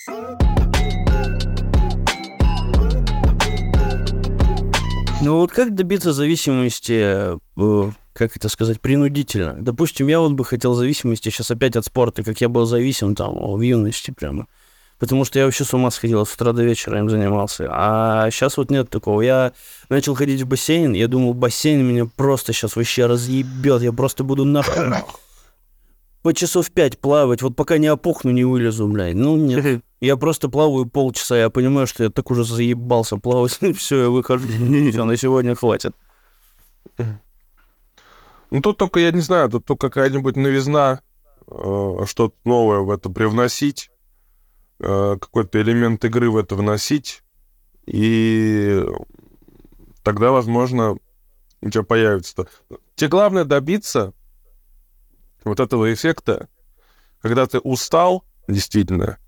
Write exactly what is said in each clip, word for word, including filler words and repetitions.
Ну вот как добиться зависимости, э, как это сказать, принудительно? Допустим, я вот бы хотел зависимости сейчас опять от спорта, как я был зависим там в юности прямо. Потому что я вообще с ума сходил, с утра до вечера им занимался. А сейчас вот нет такого. Я начал ходить в бассейн, я думал, бассейн меня просто сейчас вообще разъебет. Я просто буду нахуй по часов пять плавать, вот пока не опухну, не вылезу, блядь. Ну нет. Я просто плаваю полчаса, я понимаю, что я так уже заебался плавать. Все, я выхожу. Все, на сегодня хватит. Ну, тут только, я не знаю, тут только какая-нибудь новизна, э, что-то новое в это привносить, э, какой-то элемент игры в это вносить, и тогда, возможно, у тебя появится. Тебе главное добиться вот этого эффекта, когда ты устал, действительно,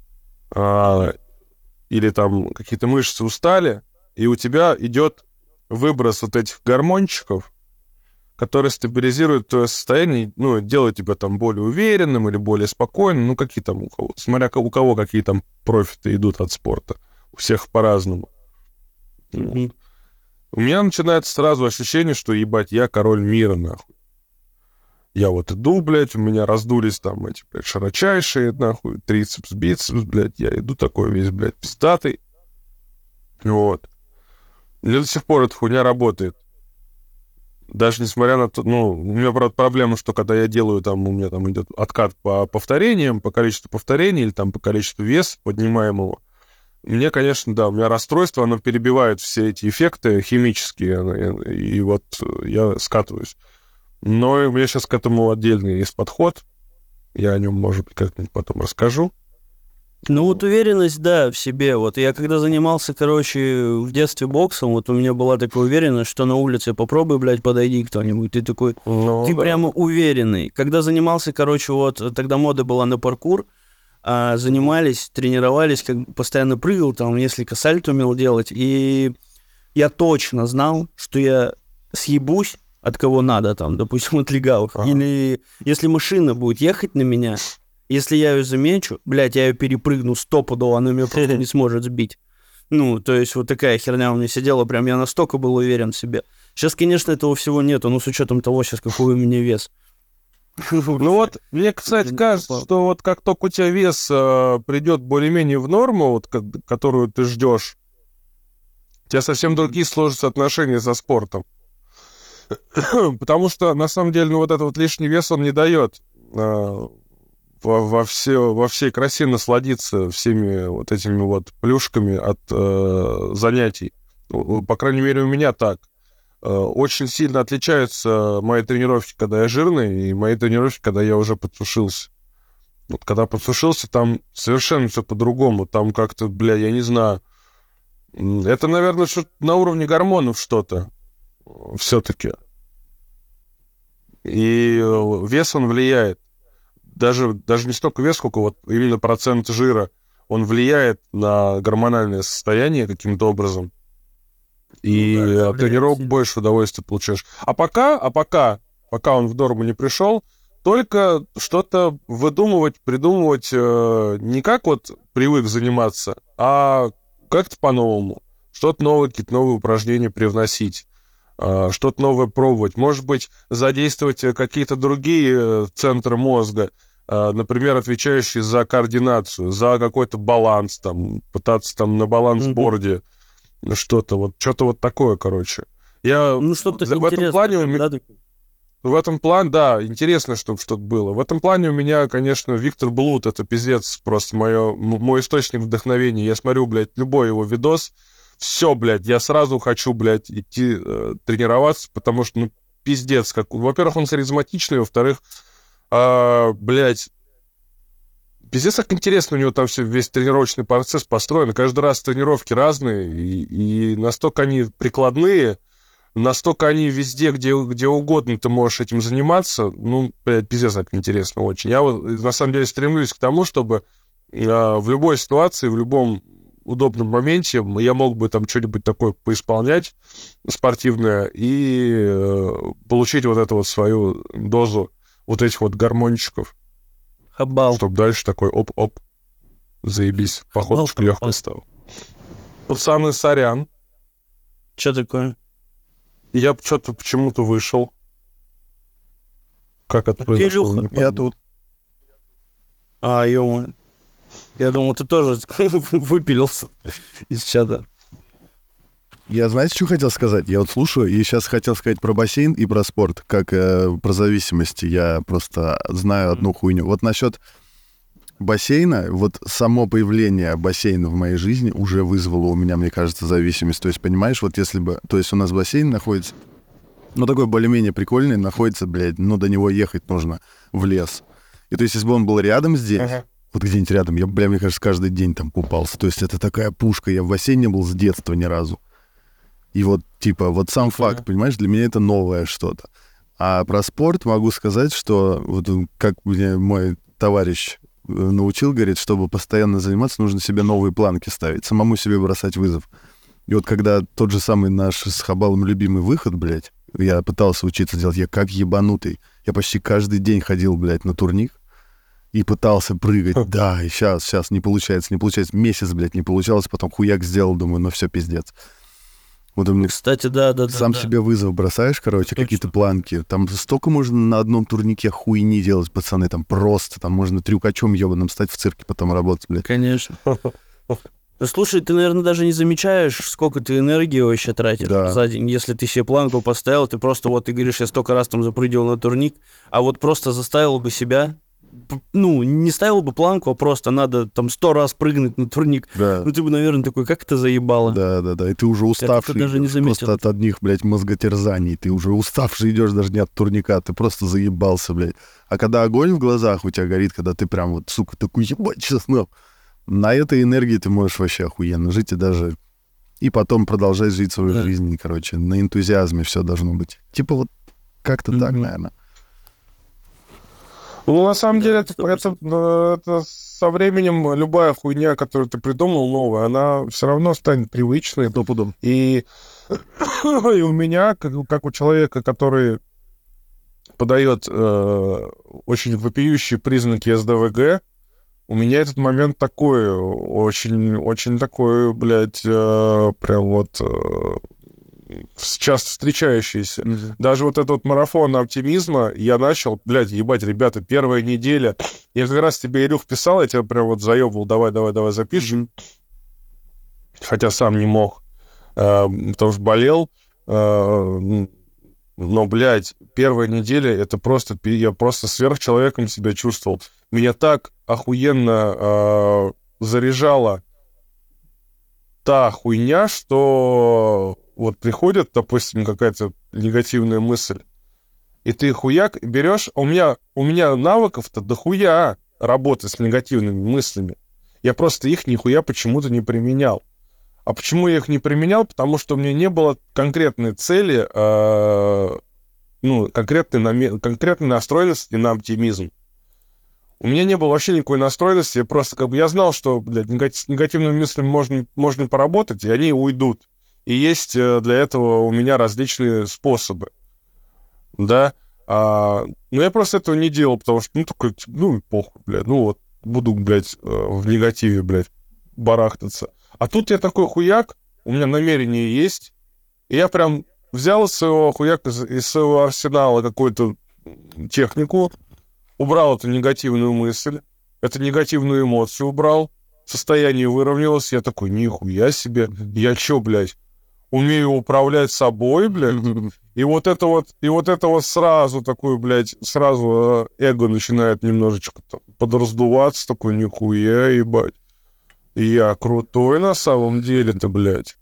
а, или там какие-то мышцы устали, и у тебя идет выброс вот этих гормончиков, которые стабилизируют твое состояние, ну, делают тебя там более уверенным или более спокойным, ну, какие там у кого, смотря у кого какие там профиты идут от спорта. У всех по-разному. Mm-hmm. У меня начинается сразу ощущение, что, ебать, я король мира, нахуй. Я вот иду, блядь, у меня раздулись там эти, блядь, широчайшие, нахуй, трицепс, бицепс, блядь, я иду такой весь, блядь, пиздатый. Вот. И до сих пор эта хуйня работает. Даже несмотря на то, ну, у меня, правда, проблема, что когда я делаю, там, у меня там идет откат по повторениям, по количеству повторений или там по количеству веса поднимаемого, мне, конечно, да, у меня расстройство, оно перебивает все эти эффекты химические, и вот я скатываюсь. Но у меня сейчас к этому отдельный есть подход. Я о нем, может быть, как-нибудь потом расскажу. Ну вот уверенность, да, в себе. Вот я когда занимался, короче, в детстве боксом, вот у меня была такая уверенность, что на улице попробуй, блядь, подойди кто-нибудь. Ты такой, ну, ты да. Прямо уверенный. Когда занимался, короче, вот тогда мода была на паркур, а, занимались, тренировались, как постоянно прыгал, там несколько сальто умел делать, и я точно знал, что я съебусь от кого надо, там, допустим, от легавых. Ага. Или если машина будет ехать на меня, если я ее замечу, блядь, я ее перепрыгну стопудово, она меня просто не сможет сбить. Ну, то есть вот такая херня у меня сидела, прям я настолько был уверен в себе. Сейчас, конечно, этого всего нету, ну, с учетом того, сейчас какой у меня вес. Ну вот, мне, кстати, кажется, что вот как только у тебя вес э, придет более-менее в норму, вот, к- которую ты ждешь, у тебя совсем другие сложатся отношения со спортом. Потому что, на самом деле, ну, вот этот вот лишний вес, он не дает э, во, во, все, во всей красе насладиться всеми вот этими вот плюшками от э, занятий. По крайней мере, у меня так. Э, очень сильно отличаются мои тренировки, когда я жирный, и мои тренировки, когда я уже подсушился. Вот когда подсушился, там совершенно все по-другому. Там как-то, бля, я не знаю. Это, наверное, что-то на уровне гормонов что-то. Все-таки. И вес, он влияет. Даже, даже не столько вес, сколько вот именно процент жира. Он влияет на гормональное состояние каким-то образом. И ну, да, от тренировок больше удовольствия получаешь. А пока, а пока, пока он в норму не пришел, только что-то выдумывать, придумывать э, не как вот привык заниматься, а как-то по-новому. Что-то новое, какие-то новые упражнения привносить. Что-то новое пробовать. Может быть, задействовать какие-то другие центры мозга, например, отвечающие за координацию, за какой-то баланс, там, пытаться там на балансборде mm-hmm. что-то вот, что-то вот такое, короче. Я ну, что-то в этом плане... Да? В этом плане, да, интересно, чтобы что-то было. В этом плане у меня, конечно, Виктор Блуд, это пиздец, просто моё, мой источник вдохновения. Я смотрю, блядь, любой его видос, все, блядь, я сразу хочу, блядь, идти э, тренироваться, потому что, ну, пиздец. Как... Во-первых, он харизматичный, во-вторых, э, блядь, пиздец, как интересно у него там все, весь тренировочный процесс построен. Каждый раз тренировки разные, и, и настолько они прикладные, настолько они везде, где, где угодно ты можешь этим заниматься. Ну, блядь, пиздец, как интересно очень. Я вот, на самом деле, стремлюсь к тому, чтобы э, в любой ситуации, в любом удобном моменте я мог бы там что-нибудь такое поисполнять спортивное и э, получить вот эту вот свою дозу вот этих вот гормончиков. Хабал. Чтобы дальше такой оп-оп Заебись. Походочку легкой стал. Пацаны, сорян. Что такое? Я что-то почему-то вышел. Как это произошло? Я тут. А, ё-моё. Я думал, ты тоже выпилился из чата. Я, знаете, что хотел сказать? Я вот слушаю, и сейчас хотел сказать про бассейн и про спорт, как э, про зависимости. Я просто знаю одну хуйню. Вот насчет бассейна, вот само появление бассейна в моей жизни уже вызвало у меня, мне кажется, зависимость. То есть, понимаешь, вот если бы... То есть у нас бассейн находится... Ну, такой более-менее прикольный, находится, блядь, ну, до него ехать нужно в лес. И то есть, если бы он был рядом здесь... Uh-huh. Вот где-нибудь рядом, я, бля, мне кажется, каждый день там купался. То есть это такая пушка. Я в бассейне не был с детства ни разу. И вот, типа, вот сам факт, понимаешь, для меня это новое что-то. А про спорт могу сказать, что вот как мне мой товарищ научил, говорит, чтобы постоянно заниматься, нужно себе новые планки ставить, самому себе бросать вызов. И вот когда тот же самый наш с Хабалом любимый выход, блядь, я пытался учиться делать, я как ебанутый. Я почти каждый день ходил, блядь, на турник и пытался прыгать. Да, и сейчас, сейчас не получается, не получается. Месяц, блядь, не получалось, потом хуяк сделал, думаю, ну все, пиздец. Вот у меня, кстати, да, да, сам да, себе да. вызов бросаешь, короче, Точно. Какие-то планки. Там столько можно на одном турнике хуйни делать, пацаны, там просто, там можно трюкачом ебаным стать в цирке, потом работать, блядь. Конечно. Слушай, ты, наверное, даже не замечаешь, сколько ты энергии вообще тратишь да. за день. Если ты себе планку поставил, ты просто, вот, ты говоришь, я столько раз там запрыгивал на турник, а вот просто заставил бы себя, ну, не ставил бы планку, а просто надо там сто раз прыгнуть на турник. Да. Ну, ты бы, наверное, такой, как это заебало. Да, да, да, и ты уже уставший. Я даже не заметил. Просто от одних, блядь, мозготерзаний. Ты уже уставший идешь даже не от турника, ты просто заебался, блядь. А когда огонь в глазах у тебя горит, когда ты прям вот, сука, такой, ебать, сейчас, ну, на этой энергии ты можешь вообще охуенно жить и даже... И потом продолжать жить свою да. жизнь, короче. На энтузиазме все должно быть. Типа вот как-то mm-hmm. так, наверное. Ну, на самом деле, это, это, это со временем любая хуйня, которую ты придумал, новая, она все равно станет привычной. Стопудом. И, и у меня, как, как у человека, который подает э, очень вопиющие признаки эс дэ вэ гэ, у меня этот момент такой, очень, очень такой, блядь, э, прям вот... Э, часто встречающиеся. Mm-hmm. Даже вот этот вот марафон оптимизма я начал, блядь, ебать, ребята, первая неделя. Я как раз тебе, Илюх, писал, я тебя прям вот заебывал, давай, давай, давай запишем. Mm-hmm. Хотя сам не мог, э, потому что болел. Э, но, блядь, первая неделя, это просто, я просто сверхчеловеком себя чувствовал. Меня так охуенно э, заряжала та хуйня, что... Вот приходит, допустим, какая-то негативная мысль, и ты хуяк берешь... У меня, у меня навыков-то дохуя работы с негативными мыслями. Я просто их нихуя почему-то не применял. А почему я их не применял? Потому что у меня не было конкретной цели, э, ну, конкретной, намер... конкретной настроенности на оптимизм. У меня не было вообще никакой настроенности. Я просто как бы... Я знал, что, блядь, с негативными мыслями можно, можно поработать, и они уйдут. И есть для этого у меня различные способы, да. А, но я просто этого не делал, потому что, ну, такой, ну, похуй, блядь, ну, вот, буду, блядь, в негативе, блядь, барахтаться. А тут я такой хуяк, у меня намерение есть, и я прям взял из своего хуяка, из своего арсенала какую-то технику, убрал эту негативную мысль, эту негативную эмоцию убрал, состояние выровнялось, я такой, нихуя себе, я чё, блядь, умею управлять собой, блядь, и вот это вот, и вот это вот сразу такой, блядь, сразу эго начинает немножечко там подраздуваться, такой, нихуя, ебать, я крутой на самом деле-то, блядь.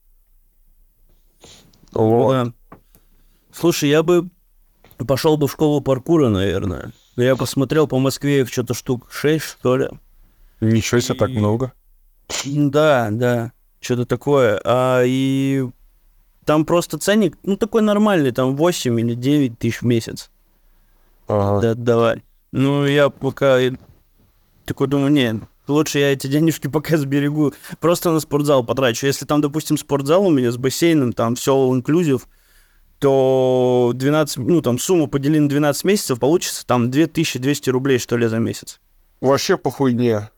Вот. Да. Слушай, я бы пошел бы в школу паркура, наверное. Но я посмотрел, по Москве их что-то штук шесть, что ли. Ничего себе, и... так много. Да, да, что-то такое. А, и... Там просто ценник, ну, такой нормальный, там восемь или девять тысяч в месяц. Ага. Да, давай. Ну, я пока такой думаю, не, лучше я эти денежки пока сберегу, просто на спортзал потрачу. Если там, допустим, спортзал у меня с бассейном, там все all-inclusive, то двенадцать, ну, там сумму подели на двенадцать месяцев, получится там две тысячи двести рублей, что ли, за месяц. Вообще по хуйне.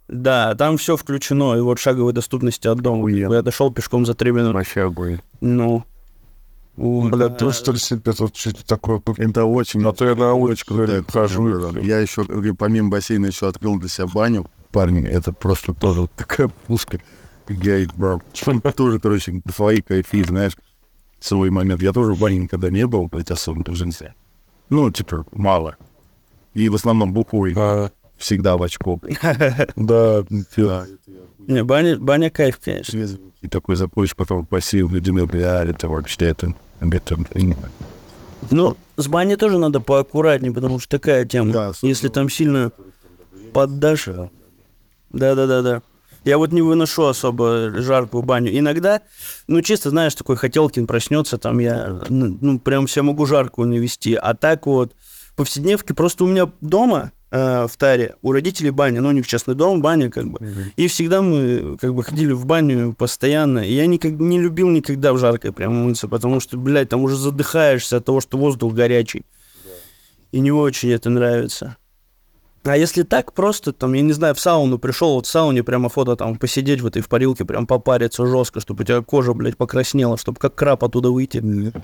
Да, там все включено, и вот шаговой доступности от дома. Я дошел пешком за три минуты. Вообще огонь. Ну. Бля, ты что ли себе тут что-то такое... Это очень... А то я на улочку хожу. Я еще, помимо бассейна, еще открыл для себя баню. Парни, это просто тоже вот такая пушка. Я, бро, тоже, короче, свои кайфи, знаешь, свой момент. Я тоже в бане никогда не был, блядь, особенно в женсе. Ну, типа, мало. И в основном бухой. А, Всегда в очко. да, Да. Не, баня, баня кайф, конечно. И такой заходишь потом в бассейн, и думаешь, бля, это вообще это... это... Ну, с баней тоже надо поаккуратнее, потому что такая тема. Да, Если там сильно поддашь... Да-да-да-да. Я вот не выношу особо жаркую баню. Иногда, ну, чисто, знаешь, такой Хотелкин проснется, там я, ну, прям себя могу жаркую навести. А так вот, повседневки, просто у меня дома э, в Таре, у родителей баня, ну, у них частный дом, баня, как бы. Mm-hmm. И всегда мы, как бы, ходили в баню постоянно. И я никак, не любил никогда в жаркой прям мыться, потому что, блядь, там уже задыхаешься от того, что воздух горячий. Yeah. И не очень это нравится. А если так просто, там, я не знаю, в сауну пришел, вот в сауне прямо фото там посидеть в этой в парилке, прям попариться жестко, чтобы у тебя кожа, блядь, покраснела, чтобы как краб оттуда выйти.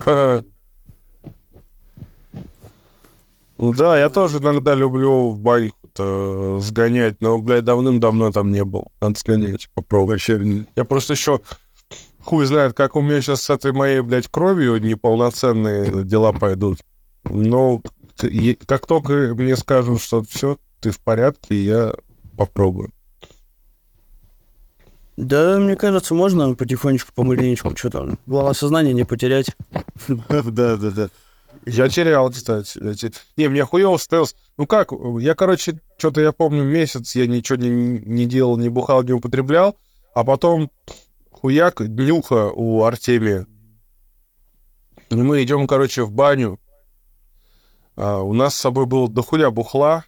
Да, я тоже иногда люблю в баньку сгонять, но, блядь, давным-давно там не был. Надо сгонять, попробовать. Я просто еще хуй знает, как у меня сейчас с этой моей, блядь, кровью неполноценные дела пойдут. Но как только мне скажут, что все, ты в порядке, я попробую. Да, мне кажется, можно потихонечку, помаленечку, что там, главное, сознание не потерять. Да, да, да. Я терял, кстати. Не, мне хуёво стелс. Ну как, я, короче, что-то я помню, месяц я ничего не, не делал, не бухал, не употреблял, а потом хуяк, днюха у Артемия. И мы идем, короче, в баню. А, у нас с собой было дохуя бухла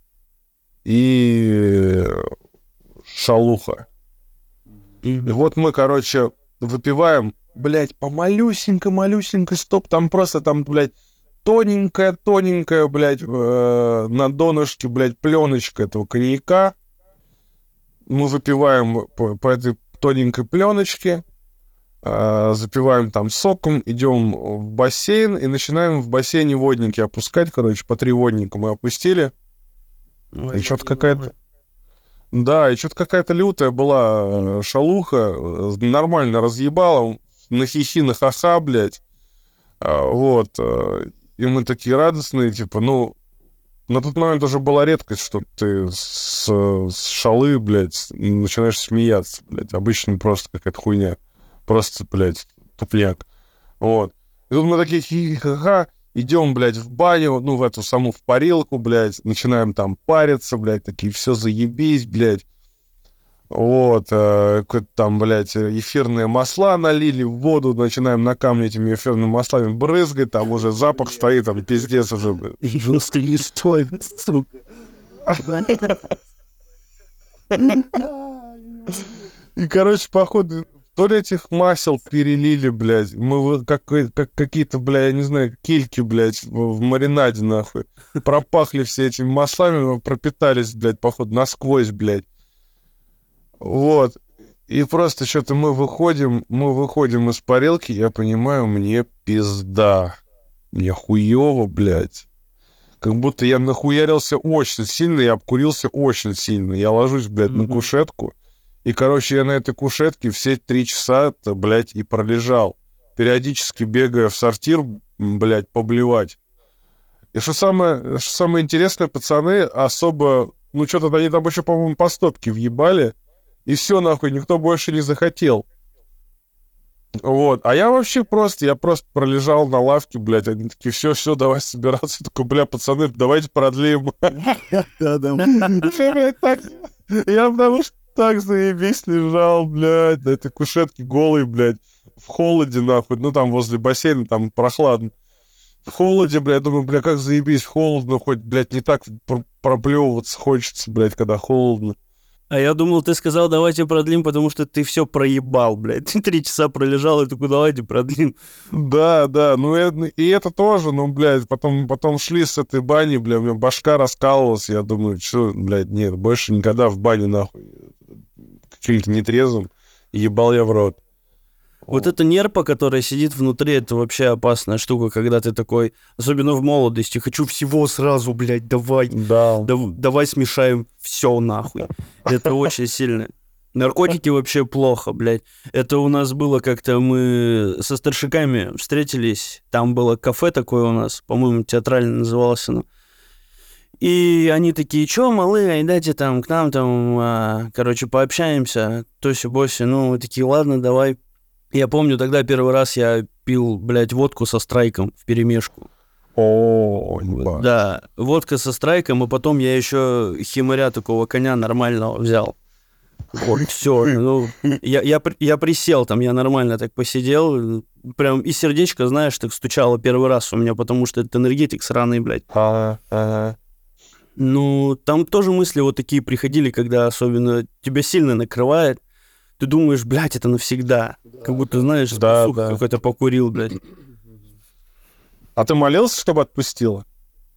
и шалуха. Mm-hmm. И вот мы, короче, выпиваем, блядь, по малюсенькой-малюсенькой, стоп, там просто, там, блядь, тоненькая-тоненькая, блядь, э, на донышке, блядь, пленочка этого коньяка. Мы выпиваем по, по этой тоненькой пленочке, э, запиваем там соком, идем в бассейн и начинаем в бассейне водники опускать, короче, по три водника мы опустили. Ой, и что-то какая-то... Да, и что-то какая-то лютая была шалуха, нормально разъебала, на хихи, на ха-ха, блядь. А, вот. И мы такие радостные, типа, ну, на тот момент уже была редкость, что ты с, с шалы, блядь, начинаешь смеяться, блядь. Обычно просто какая-то хуйня. Просто, блядь, тупняк. Вот. И тут мы такие хихи-ха-ха, идем, блядь, в баню, ну, в эту саму, в парилку, блядь, начинаем там париться, блядь, такие, все заебись, блядь. Вот, э, там, блядь, эфирные масла налили в воду, начинаем на камни этими эфирными маслами брызгать, там уже запах стоит, там пиздец уже. Жесткий не стоит, сука. И, короче, походу, то ли этих масел перелили, блядь, мы как, как какие-то, блядь, я не знаю, кильки, блядь, в, в маринаде, нахуй. Пропахли все этими маслами, пропитались, блядь, походу, насквозь, блядь. Вот. И просто что-то мы выходим, мы выходим из парилки, я понимаю, мне пизда. Мне хуёво, блядь. Как будто я нахуярился очень сильно, я обкурился очень сильно. Я ложусь, блядь, mm-hmm. на кушетку. И, короче, я на этой кушетке все три часа-то, блядь, и пролежал. Периодически бегая в сортир, блядь, поблевать. И что самое, что самое интересное, пацаны особо... Ну, что-то они там еще, по-моему, по стопке въебали. И все, нахуй, никто больше не захотел. Вот. А я вообще просто, я просто пролежал на лавке, блядь. Они такие, все, все, давай собираться. Я такой, бля, пацаны, давайте продлим. Я потому что так заебись лежал, блядь, на этой кушетке голый, блядь, в холоде, нахуй. Ну, там возле бассейна, там прохладно. В холоде, блядь, думаю, бля, как заебись, холодно, хоть, блядь, не так проплевываться хочется, блядь, когда холодно. А я думал, ты сказал, давайте продлим, потому что ты все проебал, блядь. Ты три часа пролежал, и такой, давайте продлим. Да, да, ну это, и это тоже, ну, блядь, потом, потом шли с этой бани, бля, у меня башка раскалывалась, я думаю, что, блядь, нет, больше никогда в бане, нахуй, каким-то нетрезвым, ебал я в рот. Вот эта нерпа, которая сидит внутри, это вообще опасная штука, когда ты такой, особенно в молодости, хочу всего сразу, блядь, давай, Да. дав- давай смешаем все нахуй. Это очень сильно. Наркотики вообще плохо, блядь. Это у нас было как-то, мы со старшиками встретились, там было кафе такое у нас, по-моему, театрально называлось оно. И они такие, чё, малы, айдайте там к нам, там, а, короче, пообщаемся, тоси-боси. Ну, мы такие, ладно, давай. Я помню, тогда первый раз я пил, блядь, водку со страйком вперемешку. О, ебать. Да, водка со страйком, и потом я еще химаря такого коня нормального взял. Вот, все. Ну, я, я, при- я присел там, я нормально так посидел. Прям и сердечко, знаешь, так стучало первый раз у меня, потому что это энергетик сраный, блядь. Ага, ага. Ну, там тоже мысли вот такие приходили, когда особенно тебя сильно накрывает. Ты думаешь, блядь, это навсегда. Как будто, знаешь, Да, сука да. какой-то покурил, блядь. А ты молился, чтобы отпустила?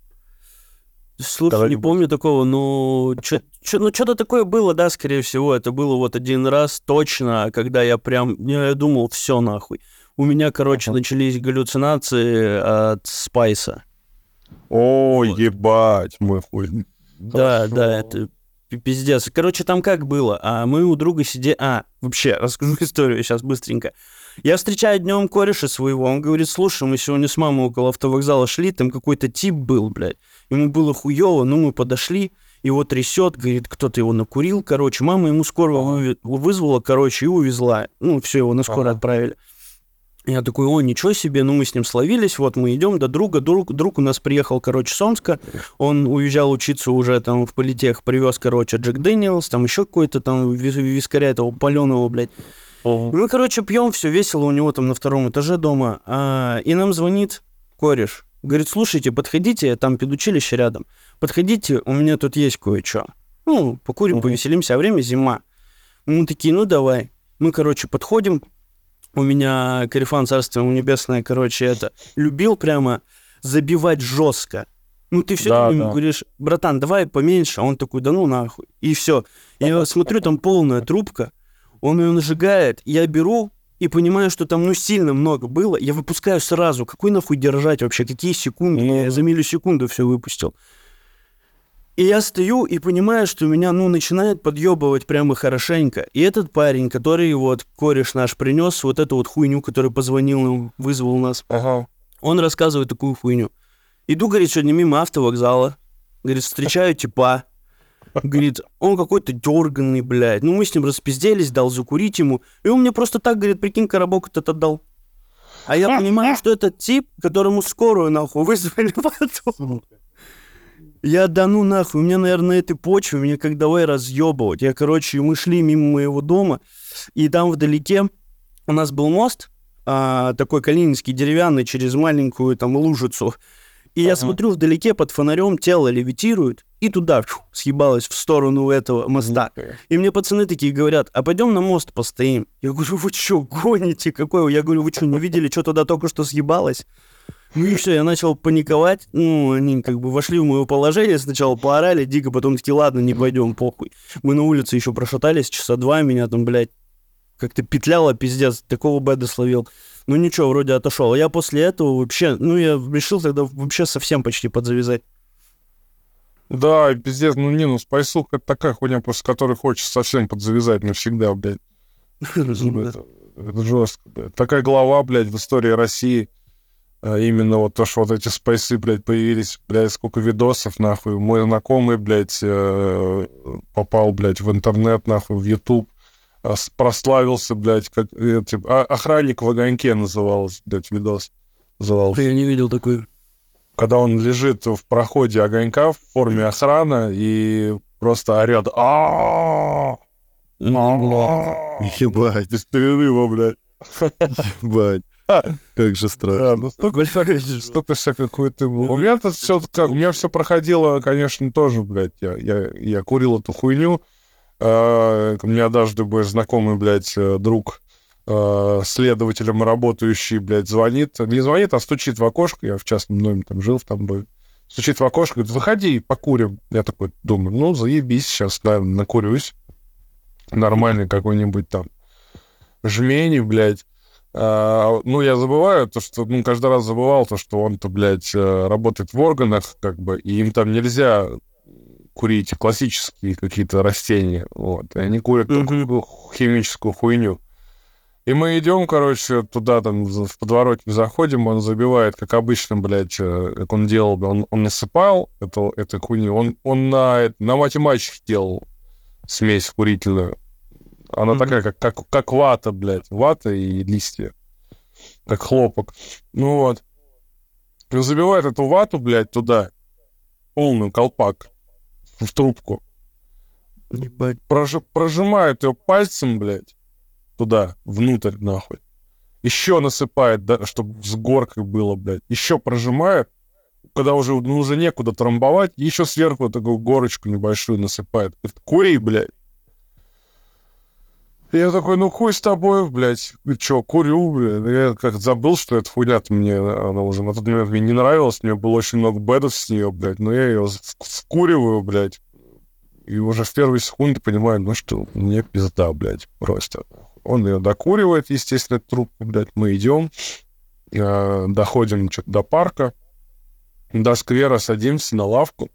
Слушай, Давай не не помню такого, но чё, чё- ну что-то такое было, да, скорее всего. Это было вот один раз точно, когда я прям, я думал, все нахуй. У меня, короче, Ага. начались галлюцинации от спайса. О, Вот. ебать, мой хуй. Да, Хорошо. да, это пи- пиздец. Короче, там как было? А мы у друга сидели... А, вообще, расскажу историю сейчас быстренько. Я встречаю днем кореша своего, он говорит, слушай, мы сегодня с мамой около автовокзала шли, там какой-то тип был, блядь. Ему было хуёво, ну мы подошли, его трясет, говорит, кто-то его накурил, короче. Мама ему скорую выви- вызвала, короче, и увезла. Ну, все, его на скорую Ага. отправили. Я такой, о, ничего себе, ну мы с ним словились, вот мы идем до друга, друг, друг у нас приехал, короче, с Омска, он уезжал учиться уже там в политех, привез, короче, Джек Дэниелс, там еще какой-то там вис- вискаря этого паленого, блядь. Мы, короче, пьем, все весело у него там на втором этаже дома, а, и нам звонит кореш, говорит, слушайте, подходите, там педучилище рядом, подходите, у меня тут есть кое-что, ну, покурим, Мгм. повеселимся, а время зима. Мы такие, ну давай, мы, короче, подходим. У меня Корефан, царство ему небесное, короче, это любил прямо забивать жестко. Ну, ты все Да, время да. говоришь, братан, давай поменьше. А он такой, да ну нахуй. И все. Я смотрю, там полная трубка. Он ее нажигает. Я беру и понимаю, что там, ну, сильно много было. Я выпускаю сразу. Какой нахуй держать вообще? Какие секунды? Ну, Я за миллисекунду все выпустил. И я стою и понимаю, что меня, ну, начинает подъебывать прямо хорошенько. И этот парень, который вот кореш наш принес, вот эту вот хуйню, который позвонил нам, вызвал нас, Ага. он рассказывает такую хуйню. Иду, говорит, сегодня мимо автовокзала. Говорит, встречаю типа. Говорит, он какой-то дерганный, блядь. Ну, мы с ним распизделись, дал закурить ему. И он мне просто так, говорит, прикинь, коробок этот отдал. А я понимаю, что этот тип, которому скорую, нахуй, вызвали потом. Я, да ну нахуй, у меня, наверное, на этой почве, меня как давай разъебывать. Я, короче, мы шли мимо моего дома, и там вдалеке у нас был мост, а, такой калининский, деревянный, через маленькую там лужицу. И я Ага. смотрю, вдалеке под фонарем тело левитирует, и туда фу, съебалось в сторону этого моста. И мне пацаны такие говорят, а пойдем на мост постоим. Я говорю, вы что, гоните? Какой? Я говорю, вы что, не видели, что туда только что съебалось? Ну и все, я начал паниковать. Ну, они как бы вошли в мое положение, сначала поорали дико, потом такие, ладно, не пойдем, похуй. Мы на улице еще прошатались часа два, меня там, блядь, как-то петляло, пиздец, такого беда словил. Ну ничего, вроде отошел. А я после этого вообще, ну я решил тогда вообще совсем почти подзавязать. Да, пиздец, ну не, ну спайсуха это такая хуйня, после которой хочется совсем подзавязать навсегда, блядь. Это, это жестко, блядь. Такая глава, блядь, в истории России. А именно вот то, что вот эти спайсы, блядь, появились, блядь, сколько видосов, нахуй. Мой знакомый, блядь, э, попал, блядь, в интернет, нахуй, в YouTube, а, с- прославился, блядь, как э, типа, а- охранник в огоньке назывался, блядь, видос. Назывался. Я не видел такой. Когда он лежит в проходе огонька в форме охраны и просто орет а Ебать, без перерыва, блядь. ебать. Как же страшно. Да, ну столько, столько всякой какой-то... У меня тут все как, у меня все проходило, конечно, тоже, блядь. Я, я, я курил эту хуйню, Uh, у меня однажды был знакомый, блядь, друг, uh, следователем работающий, блядь, звонит. Не звонит, а стучит в окошко. Я в частном доме там жил, там был. Стучит в окошко, говорит, выходи, покурим. Я такой думаю, ну, заебись, сейчас, наверное, накурюсь. Нормальный какой-нибудь там жмени, блядь. Uh, ну, я забываю то, что... Ну, каждый раз забывал то, что он-то, блядь, работает в органах, как бы, и им там нельзя... курить классические какие-то растения, вот, и они курят mm-hmm. такую химическую хуйню. И мы идем, короче, туда, там, в подворотню заходим, он забивает, как обычно, блядь, как он делал, он, он насыпал эту, эту хуйню, он, он на, на математике делал смесь курительную. Она mm-hmm. такая, как, как, как вата, блядь, вата и листья, как хлопок. Ну вот. И он забивает эту вату, блядь, туда, полный колпак, в трубку. Прож... Прожимает ее пальцем, блядь, туда, внутрь, нахуй. Еще насыпает, да, чтобы с горкой было, блядь. Еще прожимает, когда уже, ну, уже некуда трамбовать, еще сверху такую горочку небольшую насыпает. Говорит, кури, блядь. И я такой, ну хуй с тобой, блядь. Ты чё, курю, блядь. Я как забыл, что эта хуйня-то мне, она уже на тот момент мне не нравилась. Мне было очень много бэдов с нее, блядь. Но я ее вкуриваю, блядь. И уже в первые секунды понимаю, ну что, мне пизда, блядь, просто. Он ее докуривает, естественно, трубку, блядь. Мы идем, э, доходим что-то до парка, до сквера, садимся на лавку.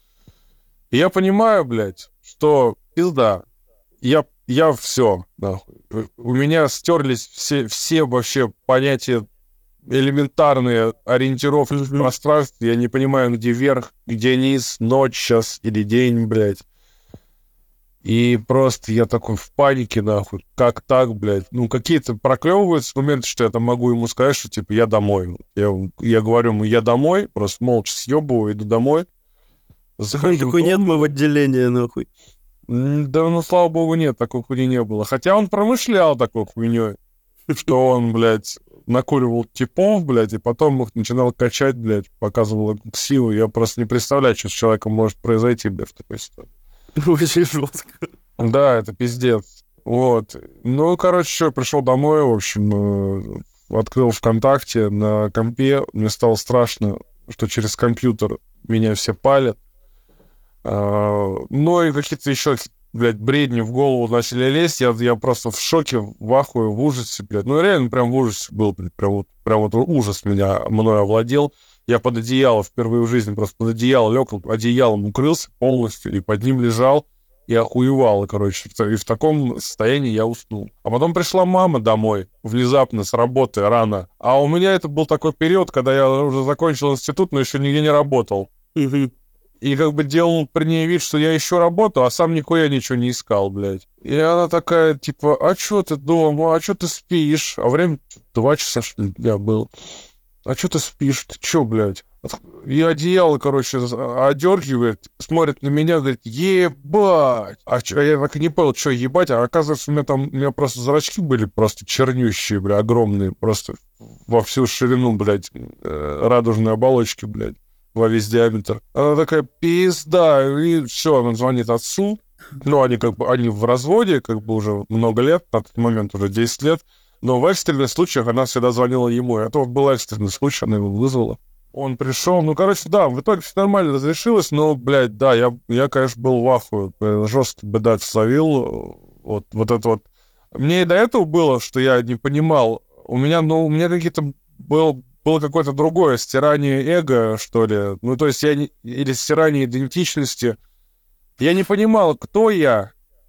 И я понимаю, блядь, что пизда. Я Я все, нахуй. У меня стерлись все, все вообще понятия элементарные, ориентировки в пространстве. Я не понимаю, где верх, где низ, ночь сейчас или день, блядь. И просто я такой в панике, нахуй. Как так, блядь? Ну, какие-то проклевываются моменты, что я там могу ему сказать, что, типа, я домой. Я, я говорю ему, я домой, просто молча съебываю, иду домой. Захожу, такой нет мы в отделении, нахуй. Да, ну, слава богу, нет, такой хуйни не было. Хотя он промышлял такой хуйней, что он, блядь, накуривал типов, блядь, и потом их начинал качать, блядь, показывал силу. Я просто не представляю, что с человеком может произойти, блядь, в такой ситуации. Очень жестко. Да, это пиздец. Вот. Ну, короче, что, пришел домой, в общем, открыл ВКонтакте на компе. Мне стало страшно, что через компьютер меня все палят. Uh, ну и какие-то еще, блядь, бредни в голову начали лезть. Я, я просто в шоке, в ахуе, в ужасе, блядь. Ну реально прям в ужасе был, блядь. Прям вот, прям вот ужас меня, мной овладел. Я под одеяло впервые в жизни просто под одеяло лег, одеялом укрылся полностью и под ним лежал и охуевал, короче. И в таком состоянии я уснул. А потом пришла мама домой, внезапно, с работы, рано. А у меня это был такой период, когда я уже закончил институт, но еще нигде не работал. И как бы делал при ней вид, что я ищу работу, а сам нихуя ничего не искал, блядь. И она такая, типа, а чё ты дома, а чё ты спишь? А время два часа, что ли, я был. А чё ты спишь? Ты чё, блядь? И одеяло, короче, одергивает, смотрит на меня, говорит, ебать! А чё, я так и не понял, что ебать, а оказывается, у меня там, у меня просто зрачки были просто чернющие, бля, огромные, просто во всю ширину, блядь, радужной оболочки, блядь. Во весь диаметр. Она такая, пизда, и все, она звонит отцу. Ну, они как бы, они в разводе, как бы уже много лет, на тот момент уже десять лет, но в экстренных случаях она всегда звонила ему. Это вот был экстренный случай, она его вызвала. Он пришел, ну, короче, да, в итоге все нормально разрешилось, но, блядь, да, я, я конечно, был в ахуе, жестко бедать словил, вот, вот это вот. Мне и до этого было, что я не понимал, у меня, ну, у меня какие-то был... было какое-то другое стирание эго, что ли. Ну, то есть я не... Или стирание идентичности. Я не понимал, кто я.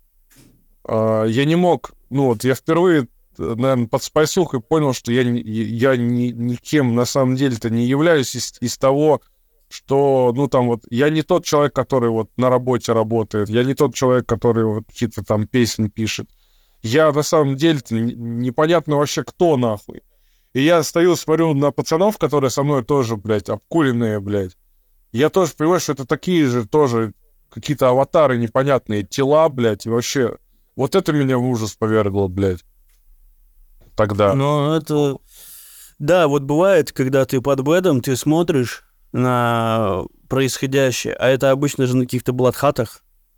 А, я не мог... Ну, вот я впервые, наверное, под спайсухой понял, что я, не... я ни... никем на самом деле-то не являюсь из... из того, что, ну, там вот... Я не тот человек, который вот на работе работает. Я не тот человек, который вот какие-то там песни пишет. Я на самом деле-то непонятно вообще, кто нахуй. И я стою, смотрю на пацанов, которые со мной тоже, блядь, обкуренные, блядь. Я тоже понимаю, что это такие же тоже какие-то аватары непонятные, тела, блядь, и вообще... Вот это меня в ужас повергло, блядь. Тогда. Ну, это... Да, вот бывает, когда ты под бэдом, ты смотришь на происходящее, а это обычно же на каких-то бладхатах,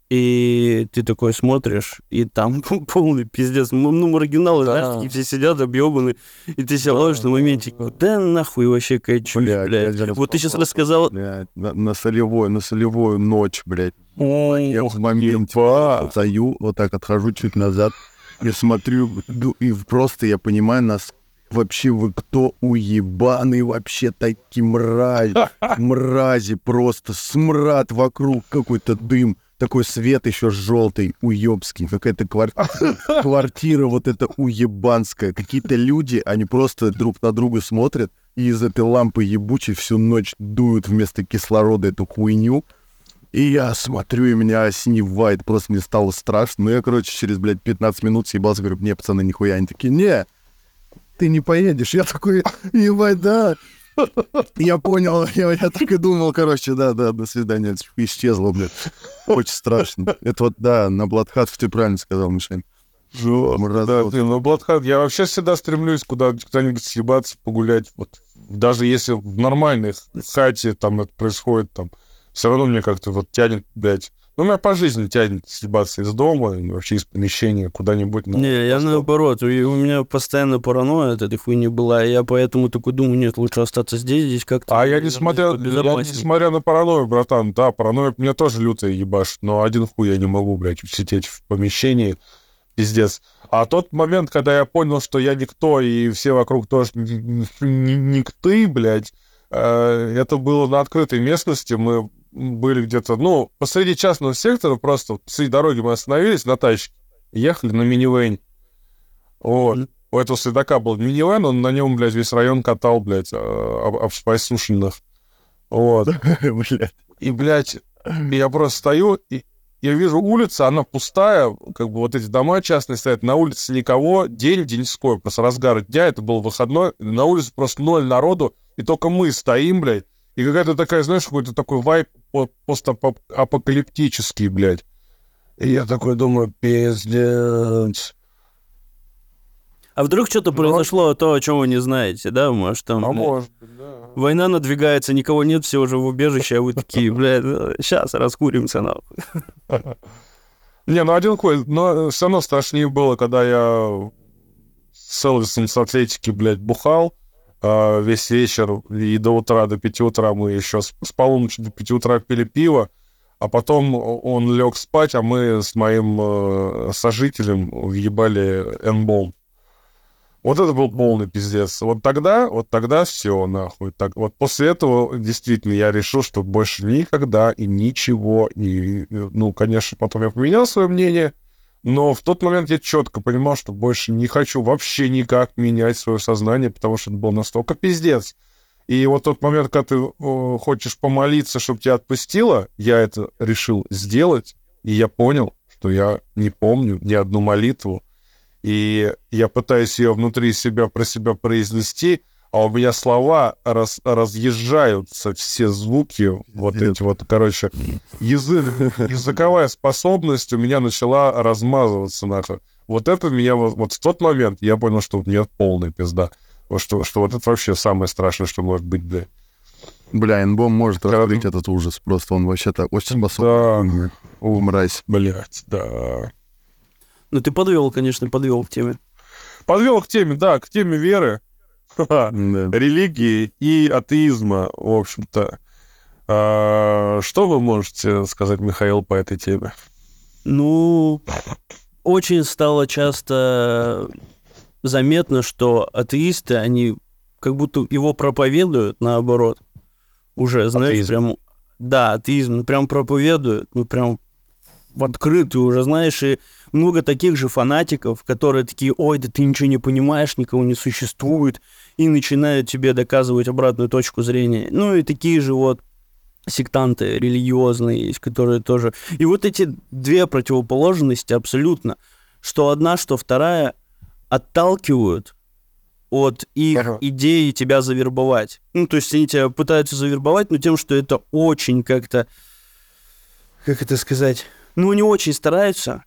И ты такой смотришь, и там полный пиздец. Ну, маргиналы, да. знаешь, такие все сидят объебаны, и ты себя ловишь на моменте, да нахуй вообще какая чушь, блядь. блядь. Вот ты сейчас рассказал... Блядь, на, на солевой, на солевую ночь, блядь. Ой, я в моменте стою, вот так отхожу чуть назад, и смотрю, и просто я понимаю, нас вообще вы кто уебаны вообще такие мрази, мрази просто, смрад вокруг, какой-то дым. Такой свет еще желтый, уебский, какая-то квартира, квартира вот эта уебанская. Какие-то люди, они просто друг на друга смотрят и из этой лампы ебучей всю ночь дуют вместо кислорода эту хуйню. И я смотрю, и меня осенивает, просто мне стало страшно. Ну я, короче, через, блядь, пятнадцать минут съебался, говорю, не, пацаны, нихуя. Они такие, не, ты не поедешь. Я такой, ебать, да. Я понял, я, я так и думал, короче, да, да, до свидания, исчезло, блядь. Очень страшно. Это вот, да, на Бладхат ты правильно сказал, Мишель. Да, ты, на Бладхат я вообще всегда стремлюсь куда, куда-нибудь съебаться, погулять. Вот. Даже если в нормальной хате там это происходит, там, все равно мне как-то вот тянет, блядь. Ну, меня по жизни тянет съебаться из дома, вообще из помещения куда-нибудь. Ну, не, я наоборот, у меня постоянно паранойя от этой хуйни была, и я поэтому такой думаю, нет, лучше остаться здесь, здесь как-то... А я несмотря, я, несмотря на паранойю, братан, да, паранойя меня тоже лютая ебашит, но один хуй я не могу, блядь, сидеть в помещении, пиздец. А тот момент, когда я понял, что я никто, и все вокруг тоже никты, блядь, это было на открытой местности, мы... были где-то, ну, посреди частного сектора, просто посреди дороги мы остановились на тачке, ехали на минивэне. Вот. Mm-hmm. У этого следака был минивэн, он на нем, блядь, весь район катал, блядь, обспайсушенных. Вот. И, блядь, я просто стою, и я вижу улицу, она пустая, как бы вот эти дома частные стоят, на улице никого, день деньской, просто разгар дня, это был выходной, на улице просто ноль народу, и только мы стоим, блядь. И какая-то такая, знаешь, какой-то такой вайб постапокалиптический, блядь. И я такой думаю, пиздец. А вдруг что-то произошло, то, о чем вы не знаете, да? Может, там... А может быть, да. Война надвигается, никого нет, все уже в убежище, а вы такие, блядь, сейчас раскуримся, нахуй. Не, ну один хуй, но все равно страшнее было, когда я с Элвисом с Атлетики, блядь, бухал. Uh, весь вечер и до утра, до пяти утра мы еще с, с полуночи до пяти утра пили пиво, а потом он лег спать, а мы с моим uh, сожителем въебали энбол. Вот это был полный пиздец. Вот тогда, вот тогда все, нахуй. Так, вот после этого действительно я решил, что больше никогда и ничего, и, ну, конечно, потом я поменял свое мнение, но в тот момент я четко понимал, что больше не хочу вообще никак менять свое сознание, потому что это был настолько пиздец. И вот тот момент, когда ты э, хочешь помолиться, чтобы тебя отпустило, я это решил сделать, и я понял, что я не помню ни одну молитву, и я пытаюсь ее внутри себя, про себя произнести, а у меня слова раз, разъезжаются, все звуки, вот эти вот, короче, язык, языковая способность у меня начала размазываться, нахуй. Вот это меня, вот, вот в тот момент я понял, что у меня полная пизда. Вот что, что вот это вообще самое страшное, что может быть, бля. Бля, энбом может раскрыть Когда... этот ужас, просто он вообще-то очень способен. Да. Умрать. Блять, да. Ну ты подвел, конечно, подвел к теме. Подвел к теме, да, к теме веры. Да. Религии и атеизма, в общем-то. А, что вы можете сказать, Михаил, по этой теме? Ну, очень стало часто заметно, что атеисты, они как будто его проповедуют, наоборот. Уже, знаешь, атеизм. Прям... Да, атеизм, ну, прям проповедуют, ну, прям в открытую уже, знаешь, и много таких же фанатиков, которые такие, ой, да ты ничего не понимаешь, никого не существует, и начинают тебе доказывать обратную точку зрения. Ну и такие же вот сектанты религиозные есть, которые тоже... И вот эти две противоположности абсолютно, что одна, что вторая, отталкивают от их ага. идеи тебя завербовать. Ну, то есть они тебя пытаются завербовать, но тем, что это очень как-то... Как это сказать? Ну, они очень стараются.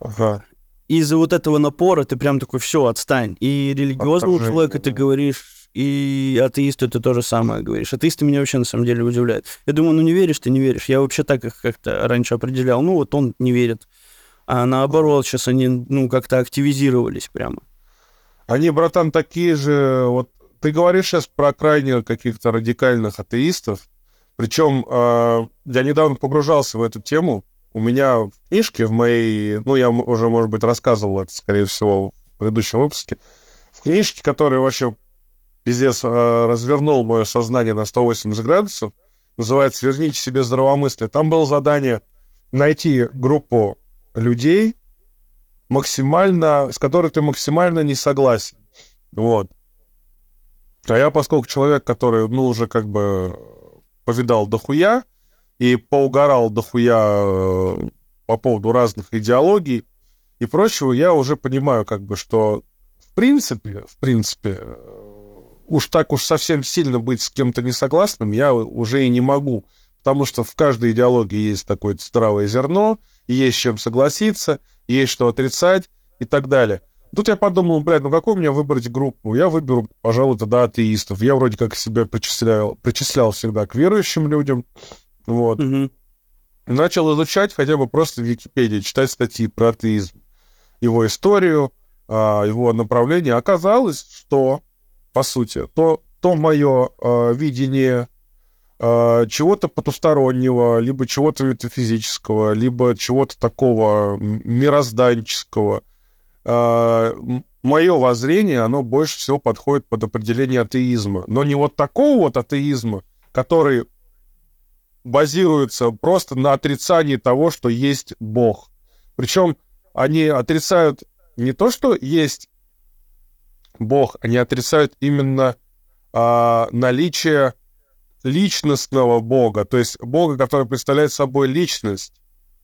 Ага. Из-за вот этого напора ты прям такой, все, отстань. И религиозному человеку ты говоришь, и атеисту ты то же самое говоришь. Атеисты меня вообще на самом деле удивляют. Я думаю, ну не веришь, ты не веришь. Я вообще так их как-то раньше определял. Ну вот он не верит. А наоборот, сейчас они, ну, как-то активизировались прямо. Они, братан, такие же... Вот ты говоришь сейчас про крайне каких-то радикальных атеистов. Причем э, я недавно погружался в эту тему. У меня в книжке, в моей... Ну, я уже, может быть, рассказывал это, скорее всего, в предыдущем выпуске. В книжке, которая вообще пиздец э, развернул мое сознание на сто восемьдесят градусов, называется «Верните себе здравомыслие». Там было задание найти группу людей, максимально, с которой ты максимально не согласен. Вот. А я, поскольку человек, который, ну, уже как бы повидал дохуя и поугарал дохуя по поводу разных идеологий и прочего, я уже понимаю, как бы, что в принципе, в принципе, уж так уж совсем сильно быть с кем-то несогласным я уже и не могу, потому что в каждой идеологии есть такое здравое зерно, и есть с чем согласиться, есть что отрицать и так далее. Тут я подумал, блядь, ну какую мне выбрать группу? Я выберу, пожалуй, тогда атеистов. Я вроде как себя причислял, причислял всегда к верующим людям. Вот. Угу. Начал изучать хотя бы просто в Википедии, читать статьи про атеизм, его историю, его направление. Оказалось, что, по сути, то, то мое видение чего-то потустороннего, либо чего-то метафизического, либо чего-то такого мирозданческого. Мое воззрение, оно больше всего подходит под определение атеизма. Но не вот такого вот атеизма, который базируется просто на отрицании того, что есть Бог. Причем они отрицают не то, что есть Бог, они отрицают именно а, наличие личностного Бога, то есть Бога, который представляет собой личность.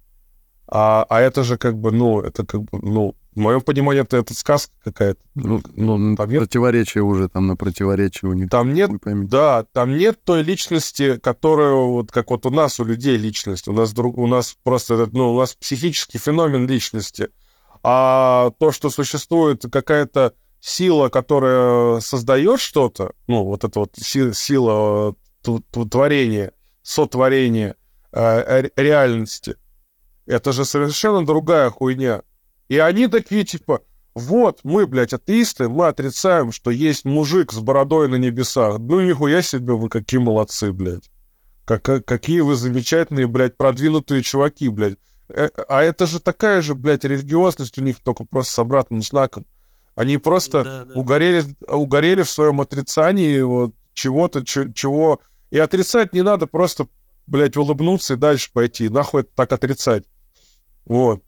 А, а это же как бы, ну, это как бы, ну, в моем понимании, это, это сказка какая-то. Ну, ну там нет... Противоречие уже, там на противоречие у них. Там нет, да, там нет той личности, которая, вот как вот у нас, у людей личность. У нас, друг, у нас просто, ну, у нас психический феномен личности. А то, что существует какая-то сила, которая создает что-то, ну, вот эта вот сила, сила творения, сотворения э, реальности, это же совершенно другая хуйня. И они такие, типа, вот, мы, блядь, атеисты, мы отрицаем, что есть мужик с бородой на небесах. Ну, нихуя себе, вы какие молодцы, блядь. Как, какие вы замечательные, блядь, продвинутые чуваки, блядь. А это же такая же, блядь, религиозность у них, только просто с обратным знаком. Они просто да, да. Угорели, угорели в своем отрицании вот, чего-то, чего... И отрицать не надо, просто, блядь, улыбнуться и дальше пойти. Нахуй это так отрицать. Вот.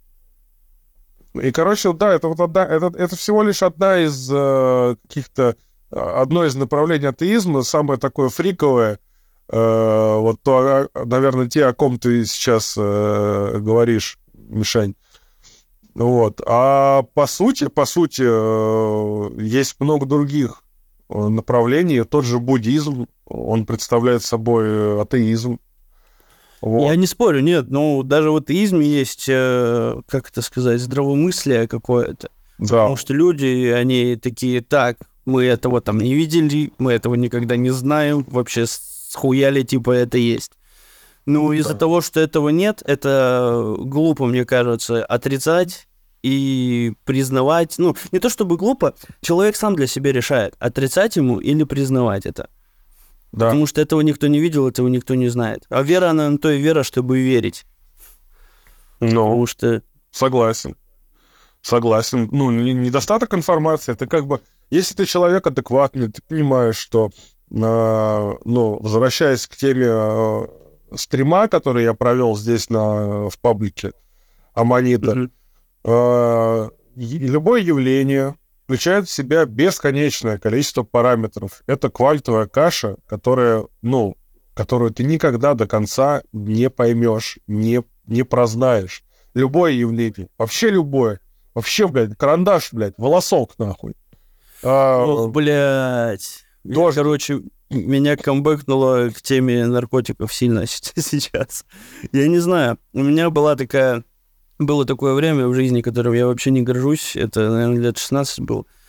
И, короче, да, это, вот одна, это, это всего лишь одна из э, каких-то... Одно из направлений атеизма, самое такое фриковое. Э, вот то, наверное, те, о ком ты сейчас э, говоришь, Мишань. Вот. А по сути, по сути, э, есть много других направлений. Тот же буддизм, он представляет собой атеизм. Вот. Я не спорю, нет, но даже в атеизме есть, э, как это сказать, здравомыслие какое-то. Да. Потому что люди, они такие, так, мы этого там не видели, мы этого никогда не знаем, вообще схуяли, типа, это есть. Ну, да. Из-за того, что этого нет, это глупо, мне кажется, отрицать и признавать. Ну, не то чтобы глупо, человек сам для себя решает, отрицать ему или признавать это. Да. Потому что этого никто не видел, этого никто не знает. А вера, она на то и вера, чтобы верить. Ну, Потому что... согласен. Согласен. Ну, недостаток информации, это как бы... Если ты человек адекватный, ты понимаешь, что... Э, ну, возвращаясь к теме э, стрима, который я провел здесь на, в паблике Аманита, mm-hmm. э, любое явление... включает в себя бесконечное количество параметров. Это квантовая каша, которая, ну, которую ты никогда до конца не поймешь, не, не прознаешь. Любое явление, вообще любое, вообще, блядь, карандаш, блядь, волосок, нахуй. А, Ох, блядь. Тоже... Короче, меня камбэкнуло к теме наркотиков сильно сейчас. Я не знаю, у меня была такая... Было такое время в жизни, которым я вообще не горжусь. Это, наверное, лет шестнадцать был.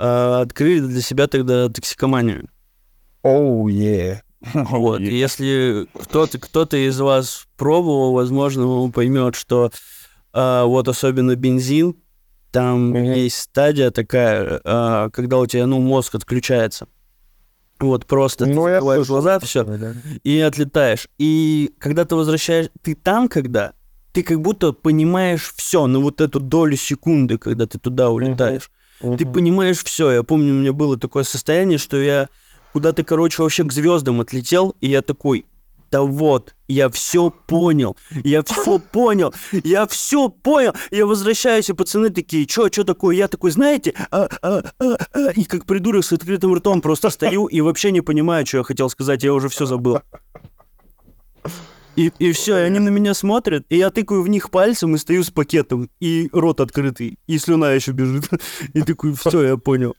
э, открыли для себя тогда токсикоманию. Оу, oh, yeah. Вот, и если кто-то, кто-то из вас пробовал, возможно, он поймет, что э, вот особенно бензин, там mm-hmm. есть стадия такая, э, когда у тебя, ну, мозг отключается. Вот, просто ну, ты закрываешь глаза, все, да. и отлетаешь. И когда ты возвращаешь, ты там, когда, ты как будто понимаешь все, на вот эту долю секунды, когда ты туда улетаешь. Mm-hmm. Ты понимаешь все. Я помню, у меня было такое состояние, что я куда-то, короче, вообще к звездам отлетел, и я такой, да вот, я все понял, я все понял, я все понял. Я возвращаюсь, и пацаны такие, что, что такое? Я такой, знаете, а, а, а, а, и как придурок с открытым ртом просто стою и вообще не понимаю, что я хотел сказать, я уже все забыл. И, и все, и они на меня смотрят, и я тыкаю в них пальцем и стою с пакетом, и рот открытый, и слюна еще бежит. И такой, все, я понял.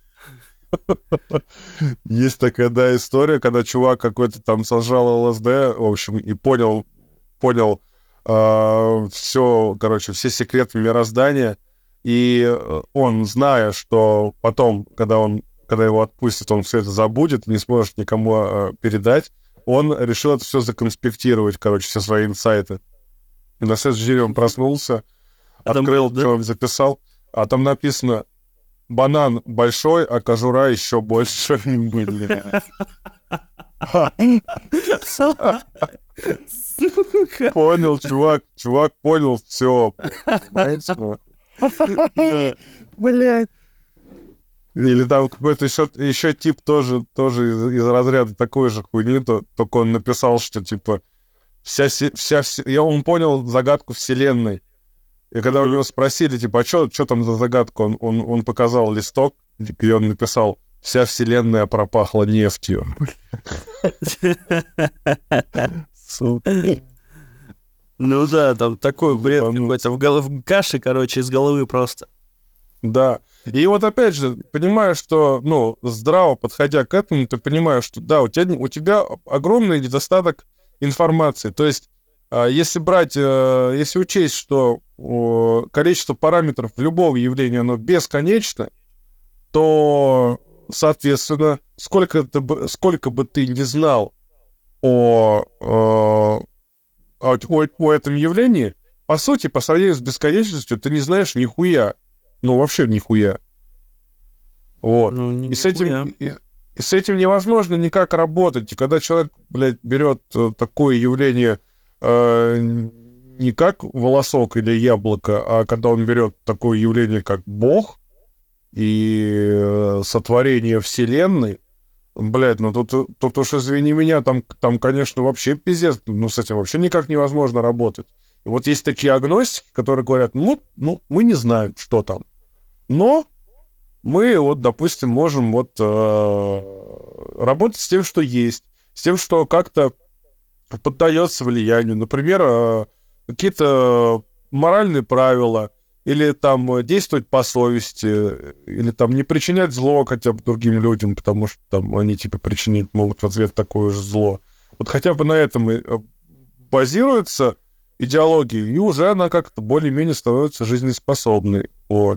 Есть такая, да, история, когда чувак какой-то там сажал ЛСД, в общем, и понял, понял э, все, короче, все секреты мироздания, и он, зная, что потом, когда он, когда его отпустят, он все это забудет, не сможет никому э, передать, он решил это все законспектировать, короче, все свои инсайты. И на следующий день он проснулся, открыл, да? Что он записал, а там написано: банан большой, а кожура еще больше. Понял, чувак, чувак понял все. Блядь. Или там какой-то еще, еще тип тоже, тоже из, из разряда такой же хуйни, то, только он написал, что типа вся, вся, вся, я он понял загадку вселенной. И когда у него спросили, типа, а что там за загадка, он, он, он показал листок, где он написал: вся вселенная пропахла нефтью. Ну да, там такой бред какой-то в голове, каши, короче, из головы просто. Да. И вот опять же, понимаю, что, ну, здраво подходя к этому, ты понимаешь, что да, у тебя, у тебя огромный недостаток информации. То есть, если брать, если учесть, что количество параметров любого явления, оно бесконечно, то, соответственно, сколько, ты, сколько бы ты не знал о, о, о, о этом явлении, по сути, по сравнению с бесконечностью, ты не знаешь нихуя. Ну, вообще нихуя. Вот. Ну, и, с этим, и, и с этим невозможно никак работать. И когда человек, блядь, берет такое явление э, не как волосок или яблоко, а когда он берет такое явление, как Бог и э, сотворение Вселенной, блядь, ну тут, тут уж, извини меня, там, там, конечно, вообще пиздец, ну, с этим вообще никак невозможно работать. И вот есть такие агностики, которые говорят: ну, ну мы не знаем, что там. Но мы, вот, допустим, можем вот э, работать с тем, что есть, с тем, что как-то поддается влиянию. Например, э, какие-то моральные правила, или там действовать по совести, или там не причинять зло хотя бы другим людям, потому что там они типа причинить могут в ответ такое же зло. Вот хотя бы на этом и базируется идеология, и уже она как-то более-менее становится жизнеспособной. Вот.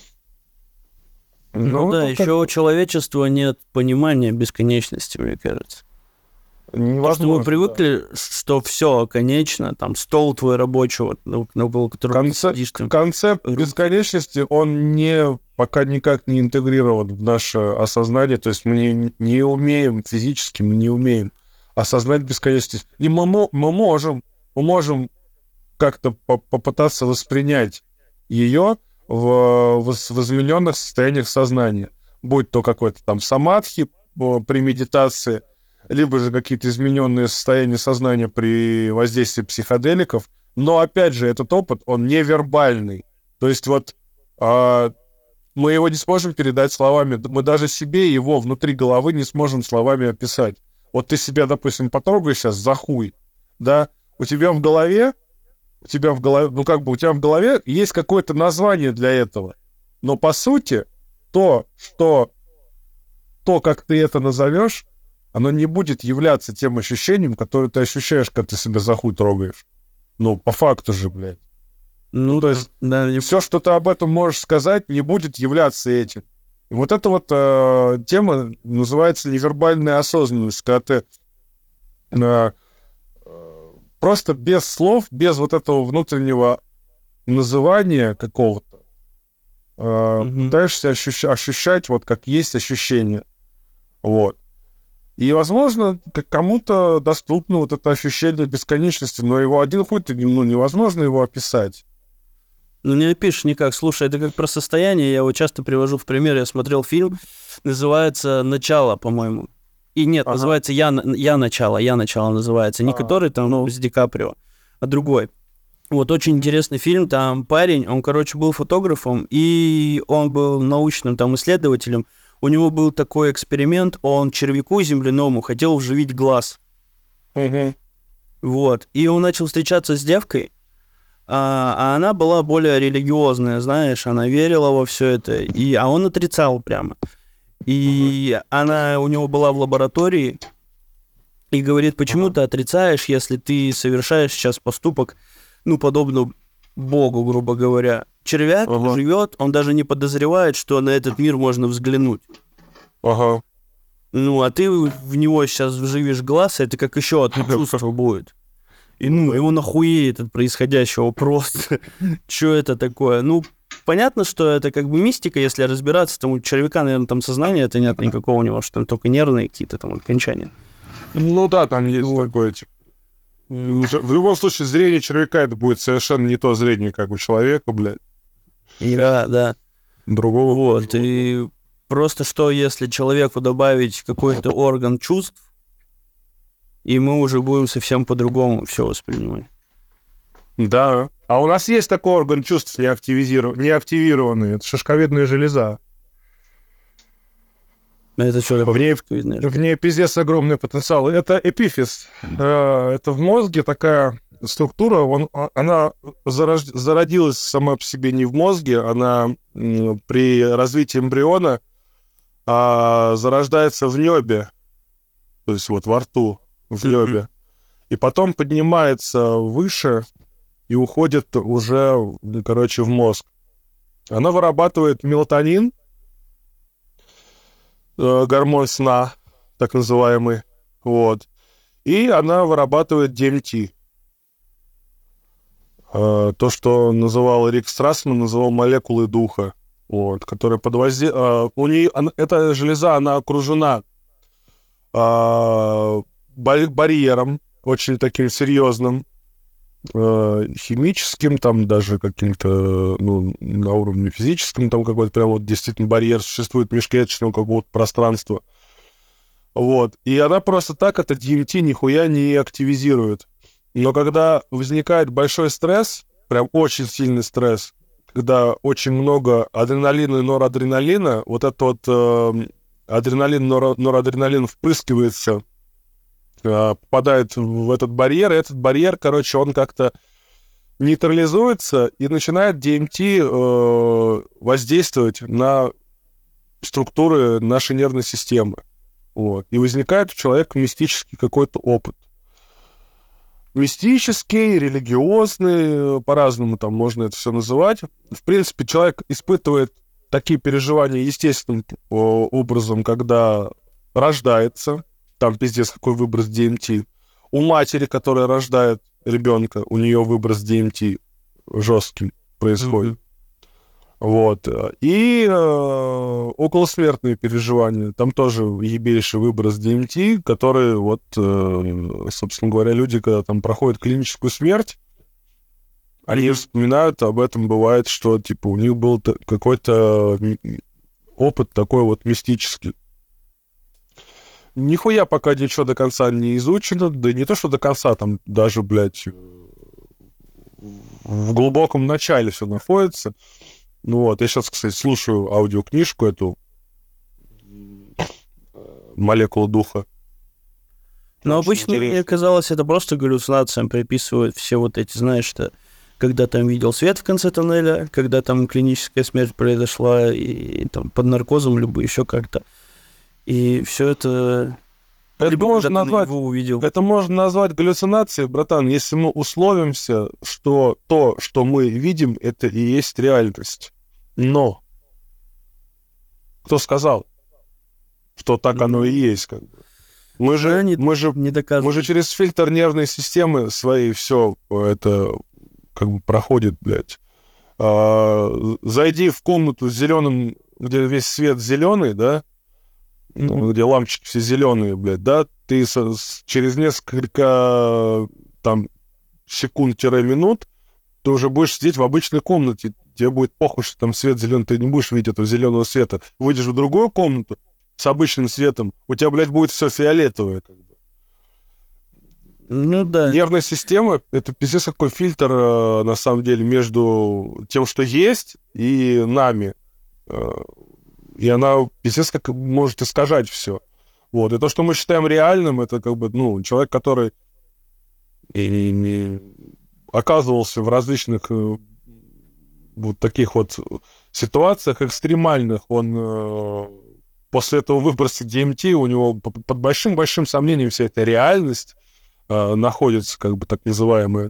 Ну, ну да, еще как... у человечества нет понимания бесконечности, мне кажется. Невозможно, что мы привыкли, да. что все конечно, там стол твой рабочий, вот, на, на который Конце... ты сидишь. Там... Концепт бесконечности, он не, пока никак не интегрирован в наше осознание, то есть мы не, не умеем физически, мы не умеем осознать бесконечность. И мы, мы можем, мы можем как-то по- попытаться воспринять ее в возмененных состояниях сознания, будь то какой-то там самадхи при медитации, либо же какие-то измененные состояния сознания при воздействии психоделиков. Но, опять же, этот опыт, он невербальный. То есть вот а, мы его не сможем передать словами. Мы даже себе его внутри головы не сможем словами описать. Вот ты себя, допустим, потрогаешь сейчас за хуй, да, у тебя в голове, у тебя в голове, ну как бы у тебя в голове есть какое-то название для этого. Но, по сути, то, что, то, как ты это назовешь, оно не будет являться тем ощущением, которое ты ощущаешь, когда ты себя за хуй трогаешь. Ну, по факту же, блядь. Ну, то есть, да, не... все, что ты об этом можешь сказать, не будет являться этим. Вот эта вот э, тема называется невербальная осознанность, когда ты э, просто без слов, без вот этого внутреннего называния какого-то э, mm-hmm. пытаешься ощущ- ощущать вот как есть ощущение. Вот. И, возможно, кому-то доступно вот это ощущение бесконечности, но его один хуй, ну, невозможно его описать. Ну, не опишешь никак. Слушай, это как про состояние. Я его часто привожу в пример. Я смотрел фильм, называется «Начало», по-моему. И нет, ага. называется «Я, «Я начало», «Я начало» называется. Не ага. который там, ну, с Ди Каприо, а другой. Вот очень интересный фильм. Там парень, он, короче, был фотографом, и он был научным там исследователем. У него был такой эксперимент, он червяку земляному хотел вживить глаз. Угу. Вот. И он начал встречаться с девкой, а, а она была более религиозная, знаешь, она верила во все это, и, а он отрицал прямо. И она у него была в лаборатории и говорит, почему ты отрицаешь, если ты совершаешь сейчас поступок, ну, подобно Богу, грубо говоря. Червяк ага. живет, он даже не подозревает, что на этот мир можно взглянуть. Ага. Ну, а ты в него сейчас вживишь глаз, это как еще одно чувство будет. И, ну, его нахуеет от происходящего просто. Что это такое? Ну, понятно, что это как бы мистика, если разбираться. Там у червяка, наверное, там сознания это нет никакого у него, что там только нервные какие-то там окончания. Ну да, там есть вот такое, типа. В любом случае, зрение червяка это будет совершенно не то зрение, как у человека, блядь. Да, да. Другого. Вот, и просто что, если человеку добавить какой-то орган чувств, и мы уже будем совсем по-другому все воспринимать. Да. А у нас есть такой орган чувств не, активизиров... не активированный. Это шишковидная железа. Это что, в ней, в ней пиздец огромный потенциал. Это эпифиз. Это в мозге такая структура. Он, она зарож... зародилась сама по себе не в мозге. Она при развитии эмбриона а, зарождается в небе. То есть вот во рту. В небе. Mm-hmm. И потом поднимается выше и уходит уже, короче, в мозг. Она вырабатывает мелатонин, э, гормон сна, так называемый, вот. И она вырабатывает ди эм ти. Э, то, что называл Рик Страссман, называл молекулы духа, вот, которые под воздействием... Э, у нее, она, эта железа, она окружена э, барьером, очень таким серьезным, э, химическим, там даже каким-то, ну, на уровне физическом, там какой-то прям вот действительно барьер существует межклеточного какого-то пространства. Вот. И она просто так это ди эм ти нихуя не активизирует. Но когда возникает большой стресс, прям очень сильный стресс, когда очень много адреналина и норадреналина, вот этот вот э, адреналин, нор, норадреналин впрыскивается, попадает в этот барьер, и этот барьер, короче, он как-то нейтрализуется, и начинает ди эм ти э, воздействовать на структуры нашей нервной системы. Вот. И возникает у человека мистический какой-то опыт. Мистический, религиозный, по-разному там можно это все называть. В принципе, человек испытывает такие переживания естественным образом, когда рождается. Там пиздец какой выброс ди эм ти. У матери, которая рождает ребенка, у нее выброс ди эм ти жесткий происходит. Mm-hmm. Вот. И э, околосмертные переживания. Там тоже ебейший выброс ди эм ти, который, вот, э, собственно говоря, люди, когда там проходят клиническую смерть, mm-hmm. они вспоминают об этом, бывает, что, типа, у них был какой-то опыт такой вот мистический. Нихуя пока ничего до конца не изучено, да не то, что до конца, там даже, блядь, в глубоком начале все находится. Ну вот, я сейчас, кстати, слушаю аудиокнижку эту «Молекула духа». Но обычно, интересно. Мне казалось, это просто галлюцинациям приписывают все вот эти, знаешь, что когда там видел свет в конце тоннеля, когда там клиническая смерть произошла, и, и там под наркозом, либо еще как-то. И все это... Это можно, назвать, это можно назвать галлюцинацией, братан, если мы условимся, что то, что мы видим, это и есть реальность. Но Кто сказал, что так оно и есть, как бы? Мы же, не, мы, же, не мы же через фильтр нервной системы своей все это как бы проходит, блядь. А, зайди в комнату с зеленым, где весь свет зеленый, да, ну, где лампочки все зеленые, блядь, да, ты со, с, через несколько там секунд-минут ты уже будешь сидеть в обычной комнате, тебе будет похуй, что там свет зеленый, ты не будешь видеть этого зеленого света. Выйдешь в другую комнату с обычным светом, у тебя, блядь, будет все фиолетовое. Как бы. Ну да. Нервная система — это пиздец какой фильтр, э, на самом деле, между тем, что есть, и нами. Э, и она пиздец как может искажать все. Вот. И то, что мы считаем реальным, это как бы, ну, человек, который и, и, оказывался в различных э, вот таких вот ситуациях экстремальных, он... Э, после этого выброса ди эм ти у него под большим-большим сомнением вся эта реальность э, находится, как бы так называемая.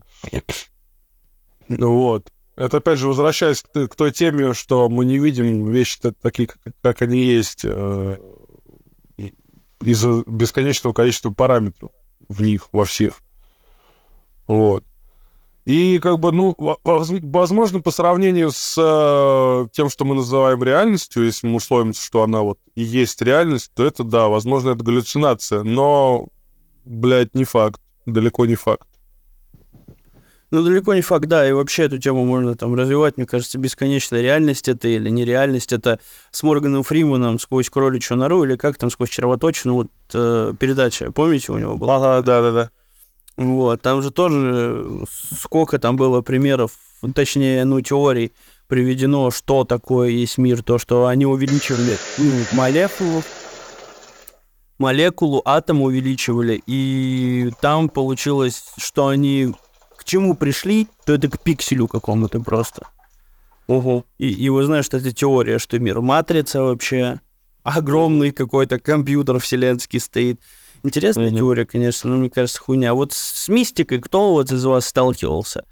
Вот. Это, опять же, возвращаясь к, к той теме, что мы не видим вещи такие, как, как они есть, э, из-за бесконечного количества параметров в них, во всех. Вот. И, как бы, ну, возможно, по сравнению с э, тем, что мы называем реальностью, если мы условимся, что она вот и есть реальность, то это, да, возможно, это галлюцинация, но, блядь, не факт, далеко не факт. Ну, далеко не факт, да, и вообще эту тему можно там развивать, мне кажется, бесконечно. Реальность это или нереальность, это с Морганом Фриманом «Сквозь кроличью нору» или как там «Сквозь червоточину», вот э, передача, помните, у него была? Ага, да-да-да. Вот, там же тоже сколько там было примеров, точнее, ну, теорий приведено, что такое есть мир, то, что они увеличивали ну, молекулу, молекулу, атом увеличивали, и там получилось, что они к чему пришли, то это к пикселю какому-то просто. Угу. И, и вы знаете, что это теория, что мир матрица вообще, огромный какой-то компьютер вселенский стоит. Интересная mm-hmm. теория, конечно, но мне кажется, хуйня. А вот с мистикой кто вот из вас сталкивался?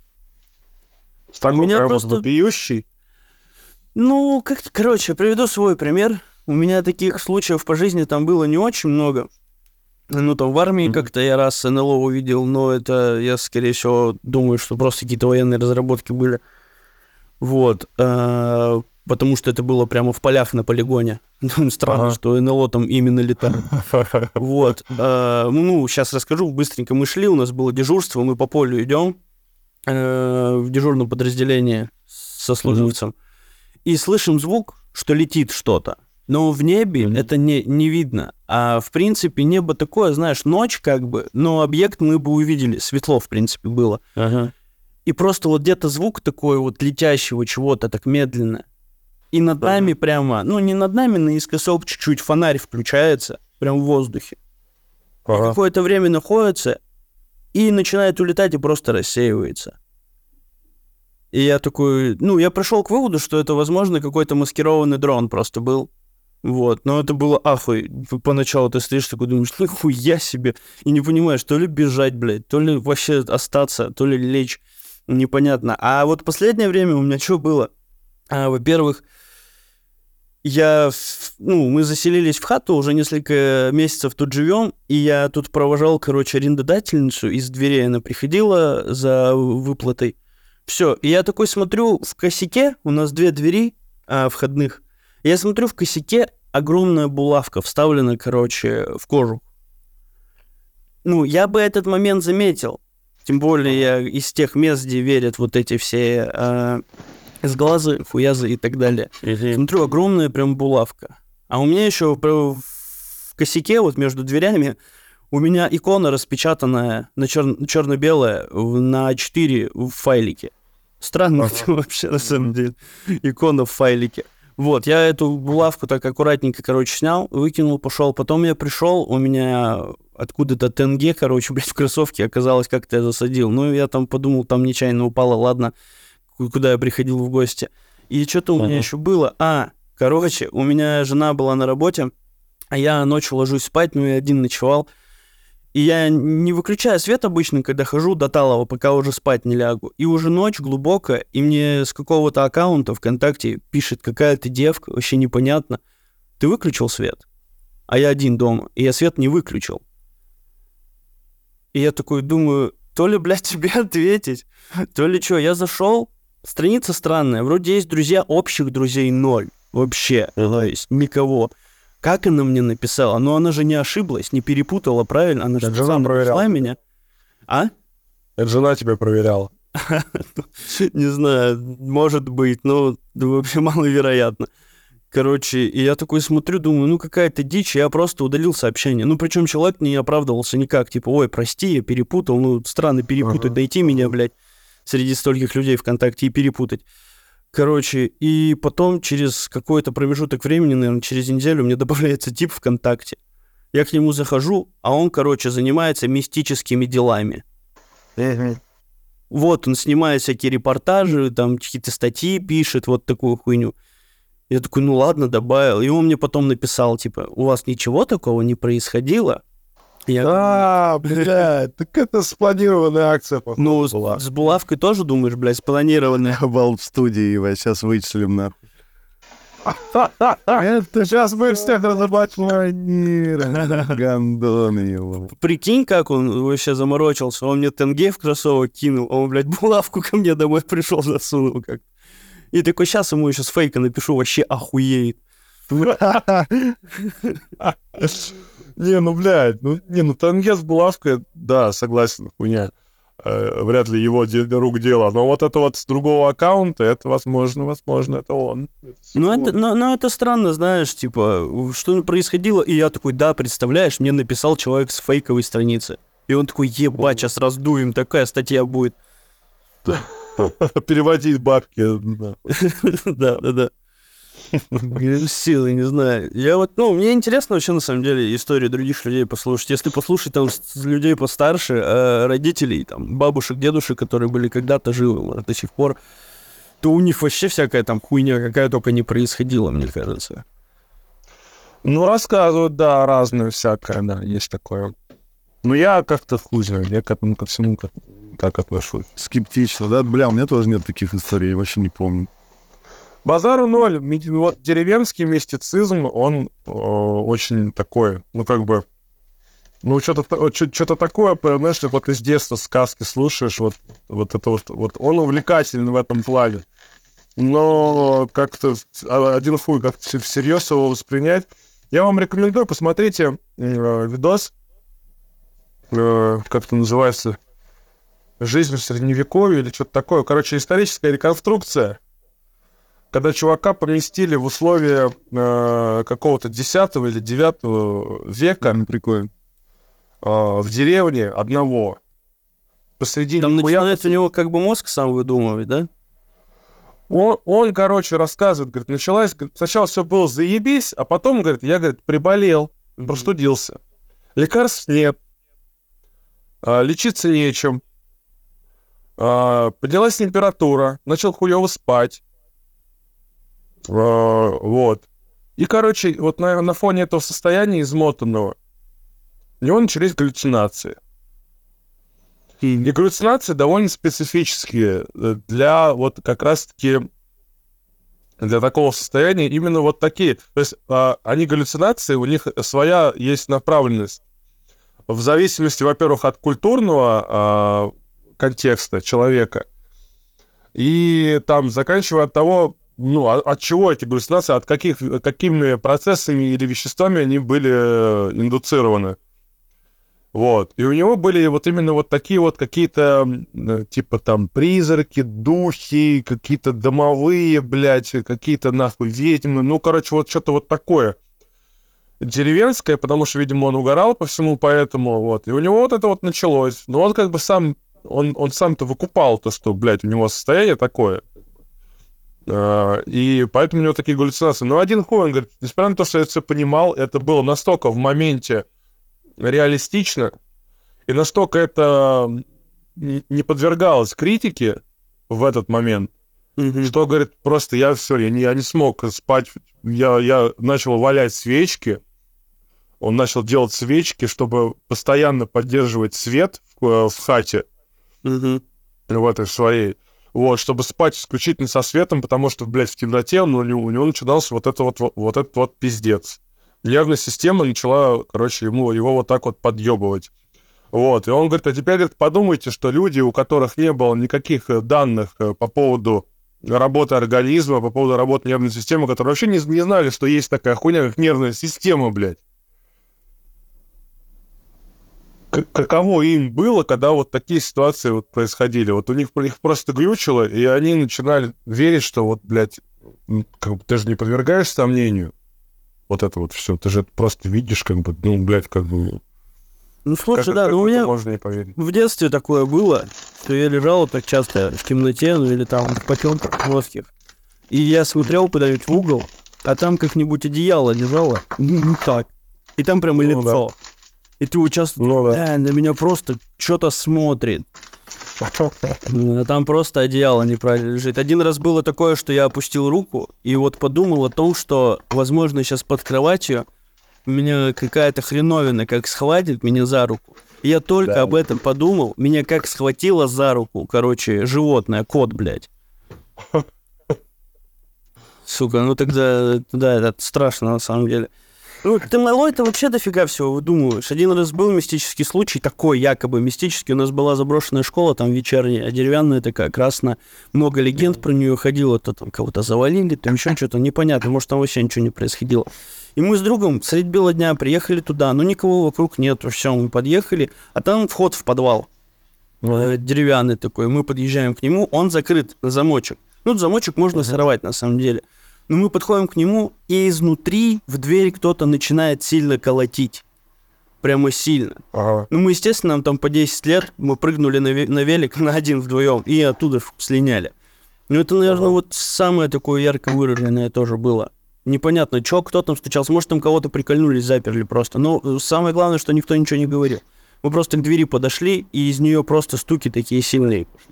С такой прям просто... вопиющий? Ну, как короче, приведу свой пример. У меня таких случаев по жизни там было не очень много. Ну, там в армии mm-hmm. как-то я раз эн эл о увидел, но это я, скорее всего, думаю, что просто какие-то военные разработки были. Вот. А- потому что это было прямо в полях на полигоне. Странно, ага. что эн эл о там именно летает. Вот. А, ну, сейчас расскажу. Быстренько мы шли, у нас было дежурство, мы по полю идем э, в дежурном подразделении со служивцем. Mm-hmm. И слышим звук, что летит что-то. Но в небе mm-hmm. это не, не видно. А в принципе небо такое, знаешь, ночь как бы, но объект мы бы увидели. Светло, в принципе, было. Ага. И просто вот где-то звук такой вот летящего чего-то так медленно. И над нами ага. прямо, ну не над нами, наискосок чуть-чуть фонарь включается, прям в воздухе. Ага. Какое-то время находится и начинает улетать и просто рассеивается. И я такой, ну я пришел к выводу, что это, возможно, какой-то маскированный дрон просто был. Вот, но это было ахуй. Поначалу ты стоишь такой, думаешь, ну хуя себе. И не понимаешь, то ли бежать, блядь, то ли вообще остаться, то ли лечь. Непонятно. А вот последнее время у меня что было? А, во-первых, я, ну, мы заселились в хату, уже несколько месяцев тут живем, и я тут провожал, короче, арендодательницу, из дверей она приходила за выплатой. Все, и я такой смотрю в косяке, у нас две двери а, входных, я смотрю в косяке огромная булавка вставлена, короче, в кожу. Ну, я бы этот момент заметил, тем более я из тех мест, где верят вот эти все... А, сглазы, хуязы и так далее. Uh-huh. Смотрю, огромная прям булавка. А у меня еще в косяке, вот между дверями, у меня икона распечатанная на чер- черно-белая на а четыре в файлике. Странно uh-huh. вообще, на самом деле. Икона в файлике. Вот, я эту булавку так аккуратненько, короче, снял, выкинул, пошел. Потом я пришел, у меня откуда-то тенге, короче, блядь, в кроссовке оказалось, как-то я засадил. Ну, я там подумал, там нечаянно упало, ладно. Куда я приходил в гости. И что-то у меня uh-huh. еще было. А, короче, у меня жена была на работе, а я ночью ложусь спать, ну и один ночевал. И я не выключаю свет обычно, когда хожу до талого, пока уже спать не лягу. И уже ночь глубокая, и мне с какого-то аккаунта ВКонтакте пишет какая-то девка, вообще непонятно. Ты выключил свет? А я один дома, и я свет не выключил. И я такой думаю, то ли, блядь, тебе ответить, то ли что. Я зашел, страница странная, вроде есть друзья, общих друзей ноль. Вообще, то есть никого. Как она мне написала? Ну, она же не ошиблась, не перепутала, правильно? Она же сама нашла меня. А? Это жена тебя проверяла. Не знаю, может быть, но вообще маловероятно. Короче, и я такой смотрю, думаю, ну какая-то дичь, я просто удалил сообщение. Ну, причем человек не оправдывался никак, типа, ой, прости, я перепутал, ну, странно перепутать, найти меня, блядь, среди стольких людей ВКонтакте и перепутать. Короче, и потом через какой-то промежуток времени, наверное, через неделю мне добавляется тип ВКонтакте. Я к нему захожу, а он, короче, занимается мистическими делами. Вот, он снимает всякие репортажи, там какие-то статьи пишет, вот такую хуйню. Я такой, ну ладно, добавил. И он мне потом написал, типа, у вас ничего такого не происходило? Я... А, блядь, так это спланированная акция, походу, ну, была. С, с булавкой тоже, думаешь, блядь, спланированная? Бал в студии, сейчас вычислим, нахуй. Это сейчас мы всех разоблачим. Гандоны его. Прикинь, как он вообще заморочился. Он мне тенге в кроссовок кинул, а он, блядь, булавку ко мне домой пришел, засунул как. И такой, сейчас ему еще с фейка напишу, вообще охуеет. Не, ну, блядь, ну, не, ну, тенге с булавкой, да, согласен, хуйня. Э, вряд ли его де- рук дело. Но вот это вот с другого аккаунта, это возможно, возможно, это он. Это ну, это, но, но это странно, знаешь, типа, что происходило, и я такой, да, представляешь, мне написал человек с фейковой страницы. И он такой, ебать, сейчас раздуем, такая статья будет. Переводить бабки. Да, да, да. Силы, не знаю. Я вот, ну, мне интересно вообще, на самом деле, истории других людей послушать. Если послушать там людей постарше, э, родителей, там, бабушек, дедушек, которые были когда-то живы, вот, до сих пор, то у них вообще всякая там хуйня, какая только не происходила, мне кажется. Ну, рассказывают, да, разное всякое, да, есть такое. Но я как-то хуй знаю, я к этому ко всему как, как отношусь. Скептично, да? Бля, у меня тоже нет таких историй, я вообще не помню. Базару ноль. Вот деревенский мистицизм, он э, очень такой, ну, как бы, ну, что-то, что-то такое, знаешь, вот из детства сказки слушаешь, вот, вот это вот, вот, он увлекательный в этом плане. Но как-то один хуй, как всерьез его воспринять. Я вам рекомендую, посмотрите э, видос, э, как это называется, «Жизнь в Средневековье» или что-то такое. Короче, историческая реконструкция, когда чувака поместили в условия э, какого-то десятого или девятого века. Прикольно. Э, в деревне одного. Посреди там нихуя... начинает у него как бы мозг сам выдумывать, да? Он, он, короче, рассказывает, говорит, началось, говорит, сначала все было заебись, а потом, говорит, я, говорит, приболел, mm-hmm. простудился. Лекарств нет, а, лечиться нечем, а, поднялась температура, начал хуёво спать. А, вот. И, короче, вот на, на фоне этого состояния измотанного у него начались галлюцинации. И галлюцинации довольно специфические для вот как раз-таки для такого состояния именно вот такие. То есть а, они галлюцинации, у них своя есть направленность. В зависимости, во-первых, от культурного а, контекста человека и там заканчивая от того, ну, от, от чего эти галлюцинации, от каких, какими процессами или веществами они были индуцированы. Вот. И у него были вот именно вот такие вот какие-то, типа там, призраки, духи, какие-то домовые, блядь, какие-то, нахуй, ведьмы. Ну, короче, вот что-то вот такое деревенское, потому что, видимо, он угорал по всему поэтому, вот. И у него вот это вот началось. Но он как бы сам, он, он сам-то выкупал то, что, блядь, у него состояние такое. И поэтому у него такие галлюцинации. Но один хуй, он говорит, несмотря на то, что я все понимал, это было настолько в моменте реалистично, и настолько это не подвергалось критике в этот момент, mm-hmm. что, говорит, просто я все, я не, я не смог спать, я, я начал валять свечки, он начал делать свечки, чтобы постоянно поддерживать свет в, в хате, Угу. в этой своей, вот, чтобы спать исключительно со светом, потому что, блядь, в темноте ну, у, него, у него начинался вот, это вот, вот, вот этот вот пиздец. Нервная система начала, короче, ему, его вот так вот подъебывать. Вот, и он говорит, а теперь, говорит, подумайте, что люди, у которых не было никаких данных по поводу работы организма, по поводу работы нервной системы, которые вообще не, не знали, что есть такая хуйня, как нервная система, блядь. К- каково им было, когда вот такие ситуации вот происходили? Вот у них их просто глючило, и они начинали верить, что вот, блядь, ну, как бы ты же не подвергаешь сомнению вот это вот все. Ты же это просто видишь, как бы, ну, блядь, как бы... Ну, слушай, как, да, как ну в у это меня можно не поверить. в детстве такое было, что я лежал так часто в темноте, ну или там в потемках плоских, и я смотрел куда-нибудь в угол, а там как-нибудь одеяло лежало, ну так, и там прямо Ну, лицо. И ты вот часто, Ну, да. да, на меня просто что-то смотрит. А там просто одеяло неправильно лежит. Один раз было такое, что я опустил руку и вот подумал о том, что, возможно, сейчас под кроватью меня какая-то хреновина как схватит меня за руку. И я только Да. об этом подумал, меня как схватило за руку, короче, животное, кот, блядь. Сука, ну тогда, да, это страшно на самом деле. Ну, ты малой, ты вообще дофига всего выдумываешь. Один раз был мистический случай, такой якобы мистический. У нас была заброшенная школа, там вечерняя, деревянная такая, красная. Много легенд про нее ходило, то там кого-то завалили, там еще что-то непонятно. Может, там вообще ничего не происходило. И мы с другом средь бела дня приехали туда, но никого вокруг нет. Все, мы подъехали, а там вход в подвал. Э, Деревянный такой. Мы подъезжаем к нему, он закрыт на замочек. Ну, замочек можно сорвать на самом деле. Но мы подходим к нему, и изнутри в дверь кто-то начинает сильно колотить. Прямо сильно. Ага. Ну, мы, естественно, нам там по десять лет, мы прыгнули на, ве- на велик на один вдвоем и оттуда слиняли. Ну, это, наверное, Ага. вот самое такое ярко выраженное тоже было. Непонятно, что, кто там стучался. Может, там кого-то прикольнули, заперли просто. Но э, самое главное, что никто ничего не говорил. Мы просто к двери подошли, и из нее просто стуки такие сильные пошли.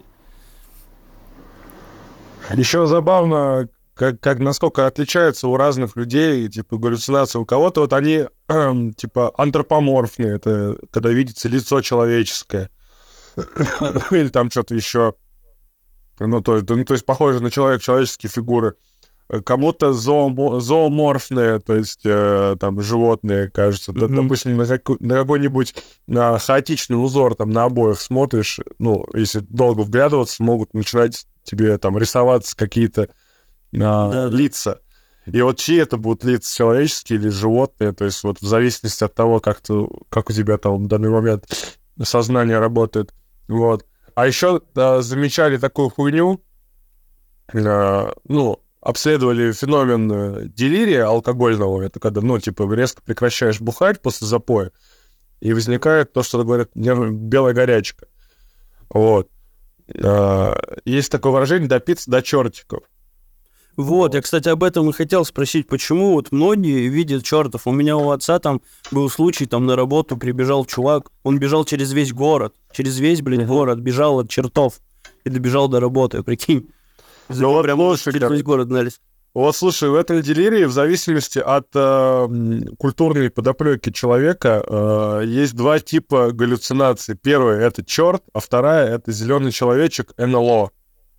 Еще забавно, как, как насколько отличаются у разных людей, типа, галлюцинации. У кого-то вот они, эм, типа, антропоморфные, это когда видится лицо человеческое. Или там что-то еще. Ну, то, есть- ну, то есть похоже на человек, человеческие фигуры. Кому-то зоомо- зооморфные, то есть э, там животные, кажется. Да, Мгм. допустим, на, какой- на какой-нибудь на хаотичный узор там на обоях смотришь, ну, если долго вглядываться, могут начинать тебе там рисоваться какие-то а, Да, да. лица. И вот чьи это будут лица, человеческие или животные, то есть вот в зависимости от того, как, ты, как у тебя там в данный момент сознание работает. Вот. А еще а, замечали такую хуйню, а, ну, обследовали феномен э, делирия алкогольного, это когда, ну, типа, резко прекращаешь бухать после запоя, и возникает то, что говорят, нерв- белая горячка. Вот. А, есть такое выражение «допиться до чертиков». Вот, я, кстати, об этом и хотел спросить, почему вот многие видят чертов. У меня у отца там был случай, там на работу прибежал чувак, он бежал через весь город, через весь, блин, город, бежал от чертов и добежал до работы, прикинь. Ну, вот, Прям слушай, через как- весь город гнались. Вот, слушай, в этом делирии, в зависимости от э, м, культурной подоплеки человека, э, есть два типа галлюцинаций. Первая — это черт, а вторая — это зеленый человечек эн эл о.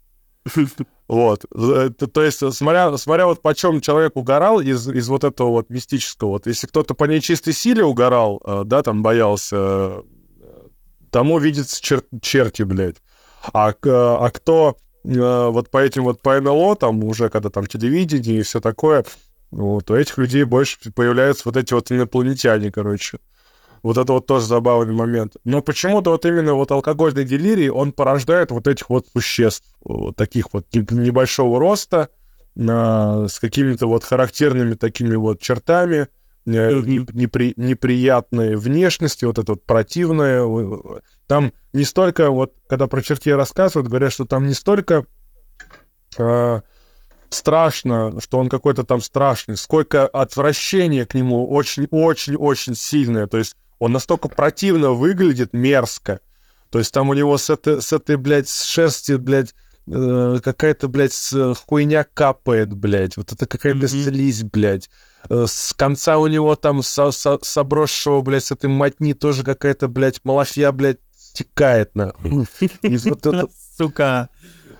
Вот. Это, то есть, смотря, смотря вот по чем человек угорал из, из вот этого вот мистического, вот если кто-то по нечистой силе угорал, э, да, там боялся, э, тому видится чер- черти, блядь. А, к- а кто э, вот по этим вот по эн эл о, там уже когда там телевидение и все такое, вот, у этих людей больше появляются вот эти вот инопланетяне, короче. Вот это вот тоже забавный момент. Но почему-то вот именно вот алкогольный делирий, он порождает вот этих вот существ, вот таких вот не- небольшого роста, а, с какими-то вот характерными такими вот чертами, э, не- непри- неприятной внешности, вот это вот противное. э, Там не столько, вот когда про чертей рассказывают, говорят, что там не столько а, страшно, что он какой-то там страшный, сколько отвращение к нему очень-очень-очень сильное. То есть он настолько противно выглядит, мерзко. То есть там у него с этой, с этой блядь, с шерсти, блядь, э, какая-то, блядь, хуйня капает, блядь, вот это какая-то Mm-hmm. слизь, блядь. Э, с конца у него там с, с, с обросшего, блядь, с этой мотни тоже какая-то, блядь, малафья, блядь, стекает, нахуй. И вот это... Сука.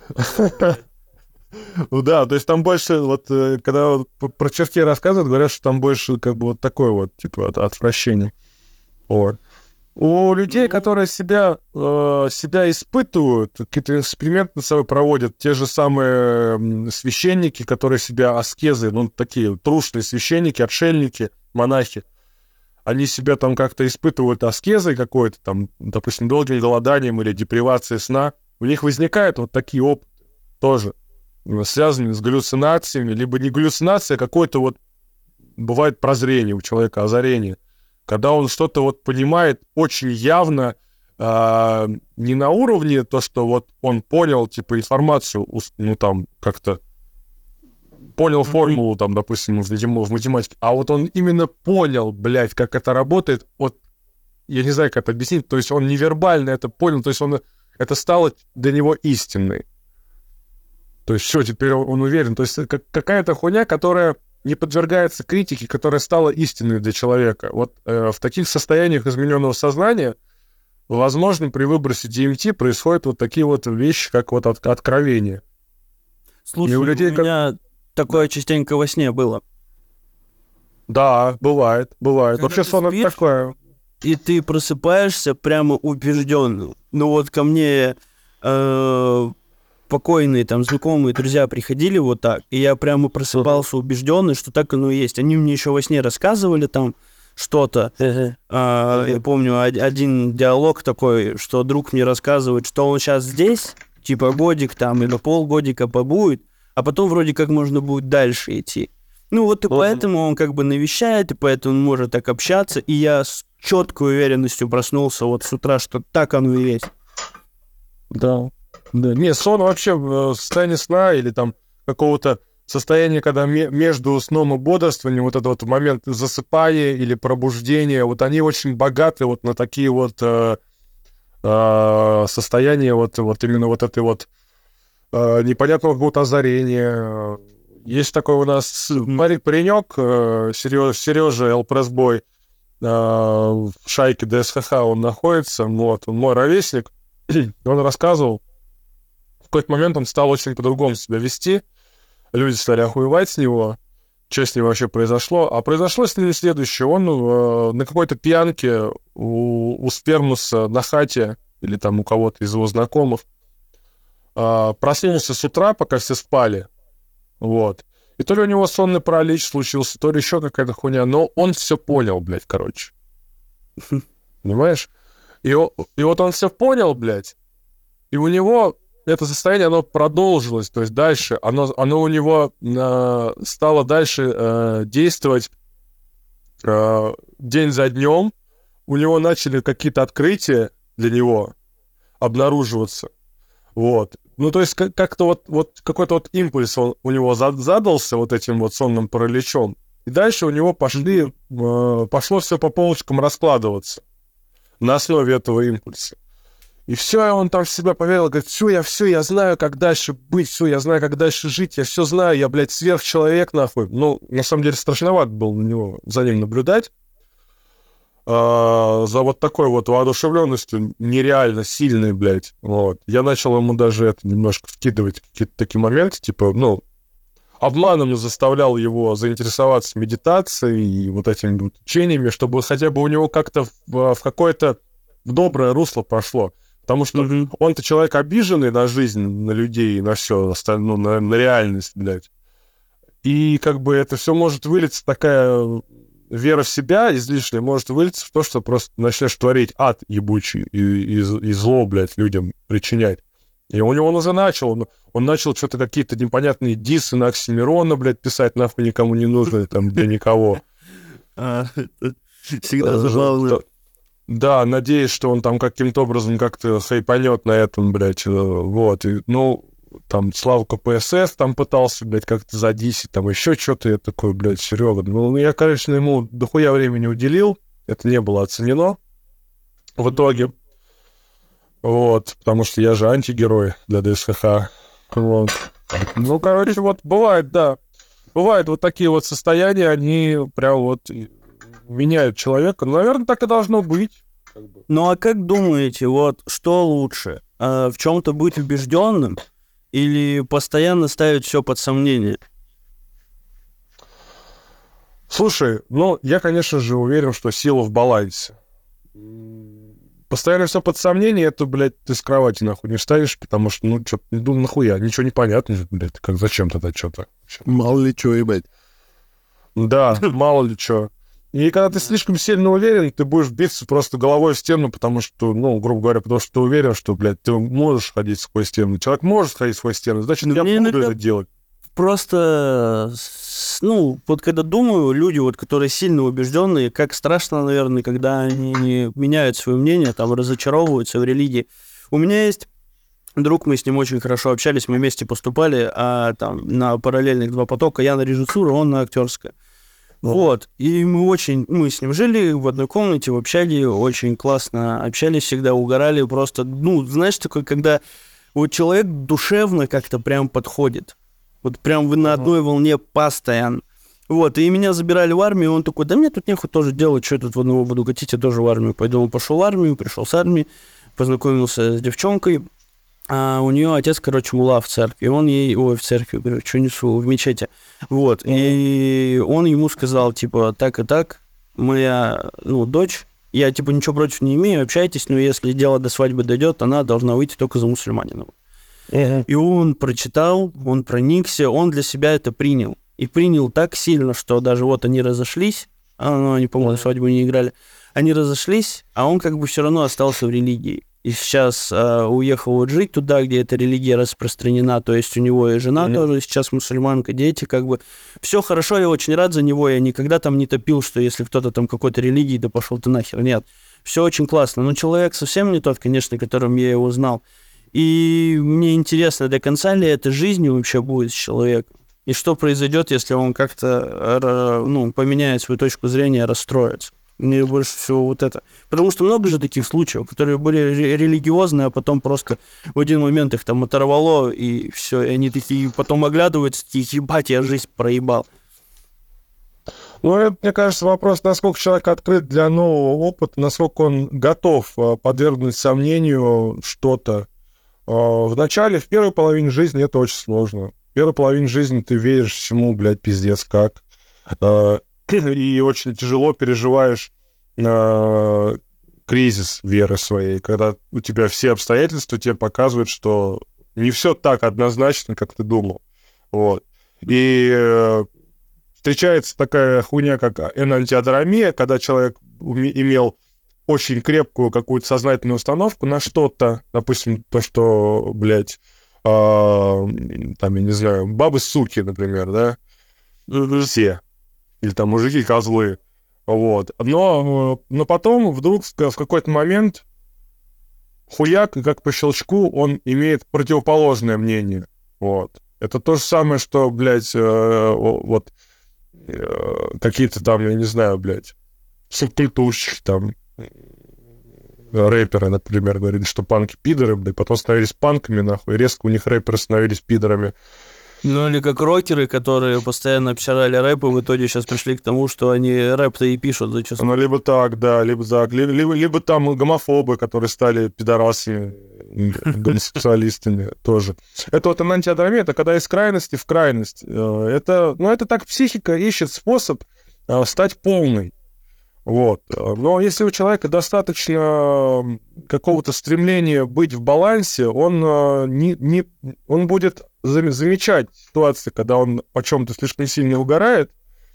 Ну да, то есть там больше, вот, когда вот про чертей рассказывают, говорят, что там больше, как бы, вот такое вот, типа, от, отвращение. Вот. У людей, которые себя, э, себя испытывают, какие-то эксперименты над собой проводят, те же самые священники, которые себя аскезы, ну, такие трушные священники, отшельники, монахи, они себя там как-то испытывают аскезой какой-то, там, допустим, долгим голоданием или депривацией сна, у них возникают вот такие опыты тоже, связанные с галлюцинациями, либо не галлюцинация, а какое-то вот, бывает прозрение у человека, озарение, когда он что-то вот понимает очень явно, э, не на уровне то, что вот он понял, типа, информацию, ну, там, как-то понял формулу, там, допустим, в, в математике, а вот он именно понял, блядь, как это работает, вот, я не знаю, как это объяснить, то есть он невербально это понял, то есть он, это стало для него истинной. То есть все, теперь он уверен, то есть как, какая-то хуйня, которая не подвергается критике, которая стала истинной для человека. Вот э, в таких состояниях измененного сознания, возможно, при выбросе ди эм ти происходят вот такие вот вещи, как вот от, откровение. Слушай, у, людей, у меня как... такое частенько во сне было. Да, бывает, бывает. Когда вообще сон это такое. И ты просыпаешься прямо убежден. Ну вот ко мне э, покойные там знакомые, друзья приходили вот так, и я прямо просыпался убежденный, что так оно и есть. Они мне еще во сне рассказывали там что-то. Uh-huh. А, uh-huh. Я помню один диалог такой, что друг мне рассказывает, что он сейчас здесь, типа годик там или полгодика побудет, а потом вроде как можно будет дальше идти. Ну вот и uh-huh. поэтому он как бы навещает, и поэтому он может так общаться, и я с четкой уверенностью проснулся вот с утра, что так оно и есть. Да. Да. Не, сон вообще в состоянии сна или там какого-то состояния, когда ме- между сном и бодрствованием, вот этот вот момент засыпания или пробуждения, вот они очень богаты вот на такие вот э, э, состояния, вот, вот именно вот этой вот э, непонятного какого-то озарения. Есть такой у нас парень, паренек, э, Сережа, Сережа Элпрессбой, э, в шайке ди эс ха ха он находится, вот, он мой ровесник, он рассказывал, в какой-то момент он стал очень по-другому себя вести, люди стали охуевать с него, что с ним вообще произошло, а произошло с ним следующее, он э, на какой-то пьянке у, у Спермуса на хате, или там у кого-то из его знакомых, э, проснулся с утра, пока все спали, вот, и то ли у него сонный паралич случился, то ли еще какая-то хуйня, но он все понял, блядь, короче, понимаешь? И, и вот он все понял, блядь, и у него это состояние, оно продолжилось, то есть дальше, оно, оно у него э, стало дальше э, действовать э, день за днем, у него начали какие-то открытия для него обнаруживаться, вот. Ну, то есть как- как-то вот, вот какой-то вот импульс он, у него за- задался вот этим вот сонным параличом, и дальше у него пошли, э, пошло все по полочкам раскладываться на основе этого импульса. И все, он там в себя поверил, говорит, все, я все, я знаю, как дальше быть, все, я знаю, как дальше жить, я все знаю, я, блядь, сверхчеловек, нахуй. Ну, на самом деле, страшновато было на него, за ним наблюдать. А, за вот такой вот воодушевленностью нереально сильной, блядь. Вот. Я начал ему даже это немножко вкидывать какие-то такие моменты, типа, ну, обманом заставлял его заинтересоваться медитацией и вот этими вот учениями, чтобы хотя бы у него как-то в, в какое-то в доброе русло пошло. Потому что mm-hmm. он-то человек обиженный на жизнь, на людей, на все остальное, ну, на, на реальность, блядь. И как бы это все может вылиться, такая вера в себя излишняя, может вылиться в то, что просто начнешь творить ад ебучий и, и, и зло, блядь, людям причинять. И у него он уже начал, он, он начал что-то какие-то непонятные диссы на Оксимирона, блядь, писать, нахуй никому не нужно, там, для никого. Всегда забавно. Да, надеюсь, что он там каким-то образом как-то хайпанет на этом, блядь, вот, и, ну, там, Слава ка пэ эс эс там пытался, блядь, как-то задисить, там, еще что-то, я такой, блядь, Серега, ну, я, конечно, ему дохуя времени уделил, это не было оценено в итоге, вот, потому что я же антигерой для ди эс ха ха, Вот. Ну, короче, вот бывает, да. Бывают вот такие вот состояния, они прям вот меняют человека. Ну, наверное, так и должно быть. Ну, а как думаете, вот что лучше? В чем-то быть убежденным или постоянно ставить все под сомнение? Слушай, ну, я, конечно же, уверен, что сила в балансе. Постоянно все под сомнение, это, блядь, ты с кровати нахуй не встанешь, потому что, ну, что-то, ну, нахуя, ничего не понятно, блядь, как зачем тогда что-то? Мало ли что, ебать. Да, мало ли что. И когда ты слишком сильно уверен, ты будешь биться просто головой в стену, потому что, ну, грубо говоря, потому что ты уверен, что, блядь, ты можешь ходить сквозь стену. Человек может ходить сквозь стену, значит, я буду иногда... это делать. Просто, ну, вот когда думаю, люди, вот, которые сильно убежденные, как страшно, наверное, когда они меняют свое мнение, там, разочаровываются в религии. У меня есть друг, мы с ним очень хорошо общались, мы вместе поступали, а там на параллельных два потока, я на режиссуру, он на актерское. Вот, и мы очень, мы с ним жили в одной комнате, в общаге, очень классно общались, всегда угорали, просто, ну, знаешь, такой, когда вот человек душевно как-то прям подходит. Вот прям вы на одной волне постоянно. Вот, и меня забирали в армию, он такой, да мне тут нехуй тоже делать, что я тут в одного буду катить, я тоже в армию пойду. Он пошел в армию, пришел с армии, познакомился с девчонкой, а у нее отец, короче, мулла в церкви, он ей, ой, в церкви, говорю, что несу, в мечети. Вот, и он ему сказал, типа, так и так, моя, ну, дочь, я, типа, ничего против не имею, общайтесь, но если дело до свадьбы дойдет, она должна выйти только за мусульманина. Uh-huh. И он прочитал, он проникся, он для себя это принял. И принял так сильно, что даже вот они разошлись, а, ну, они, по-моему, uh-huh. свадьбу не играли, они разошлись, а он как бы все равно остался в религии. И сейчас э, уехал вот жить туда, где эта религия распространена, то есть у него и жена uh-huh. тоже сейчас мусульманка, дети, как бы. Все хорошо, я очень рад за него, я никогда там не топил, что если кто-то там какой-то религии, да пошел ты нахер, нет. Все очень классно, но человек совсем не тот, конечно, которым я его знал. И мне интересно, до конца ли эта жизнь вообще будет с человеком? И что произойдет, если он как-то, ну, поменяет свою точку зрения, расстроится? Мне больше всего вот это. Потому что много же таких случаев, которые были религиозные, а потом просто в один момент их там оторвало, и все, и они такие потом оглядываются, такие, ебать, я жизнь проебал. Ну, это, мне кажется, вопрос, насколько человек открыт для нового опыта, насколько он готов подвергнуть сомнению что-то. В начале, в первой половине жизни это очень сложно. В первой половине жизни ты веришь всему, блядь, пиздец как. И очень тяжело переживаешь кризис веры своей, когда у тебя все обстоятельства тебе показывают, что не все так однозначно, как ты думал. Вот. И встречается такая хуйня, как энантиодромия, когда человек имел очень крепкую какую-то сознательную установку на что-то, допустим, то, что, блядь, э, там, я не знаю, бабы-суки, например, да, все, или там мужики-козлы, вот, но, но потом вдруг в какой-то момент хуяк, как по щелчку, он имеет противоположное мнение, вот. Это то же самое, что, блядь, э, вот, э, какие-то там, я не знаю, блядь, субкультурщики там, рэперы, например, говорили, что панки пидоры, да, и потом становились панками, нахуй, и резко у них рэперы становились пидорами. Ну, или как рокеры, которые постоянно обсирали рэп, и в итоге сейчас пришли к тому, что они рэп-то и пишут зачастую. Ну, либо так, да, либо так, либо, либо, либо там гомофобы, которые стали пидорасами, гомосексуалистами тоже. Это вот энантиодромия, это когда из крайности в крайность. Это, ну, это так психика ищет способ стать полной. Вот. Но если у человека достаточно какого-то стремления быть в балансе, он, не, не, он будет замечать ситуации, когда он о чем-то слишком сильно угорает,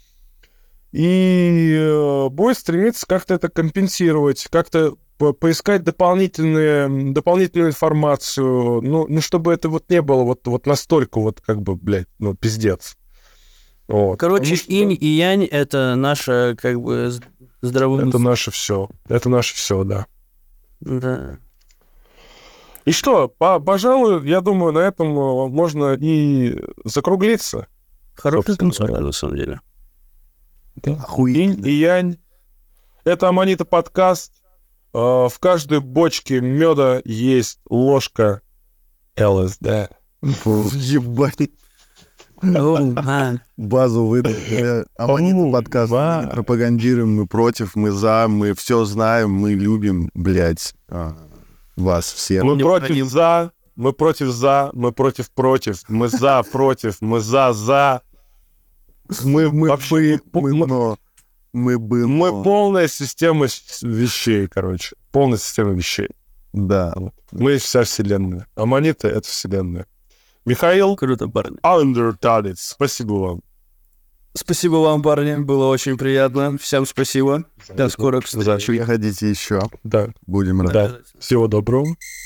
и будет стремиться как-то это компенсировать, как-то по поискать дополнительные, дополнительную информацию, ну, ну, чтобы это вот не было вот, вот настолько вот как бы, блядь, ну, пиздец. Вот. Короче, что... инь и янь — это наше, как бы, здравое... Это наше все. Это наше все, да. Да. И что, по пожалуй, я думаю, на этом можно и закруглиться. Хороший концерт, на самом деле. Да. Инь и янь. Это Аманита подкаст. В каждой бочке меда есть ложка эл эс ди. Ебать. А, Базу выдали. Аммонитный подкаст. Мы не пропагандируем, мы против, мы за, мы все знаем, мы любим, блядь, а, вас всех. Мы Не против уходим. за, мы против за, мы против против, мы за против, мы за за. Мы, мы, Вообще, мы, мы, мы- но, мы бы, Мы но. полная система с- вещей, короче. Полная система вещей. Да. Мы вся вселенная. Аммониты — это вселенная. Михаил круто, парни. Андерталец, спасибо вам. Спасибо вам, парни, было очень приятно. Всем спасибо. До скорых встреч. Приходите еще. Да, Будем рады. да. Всего доброго.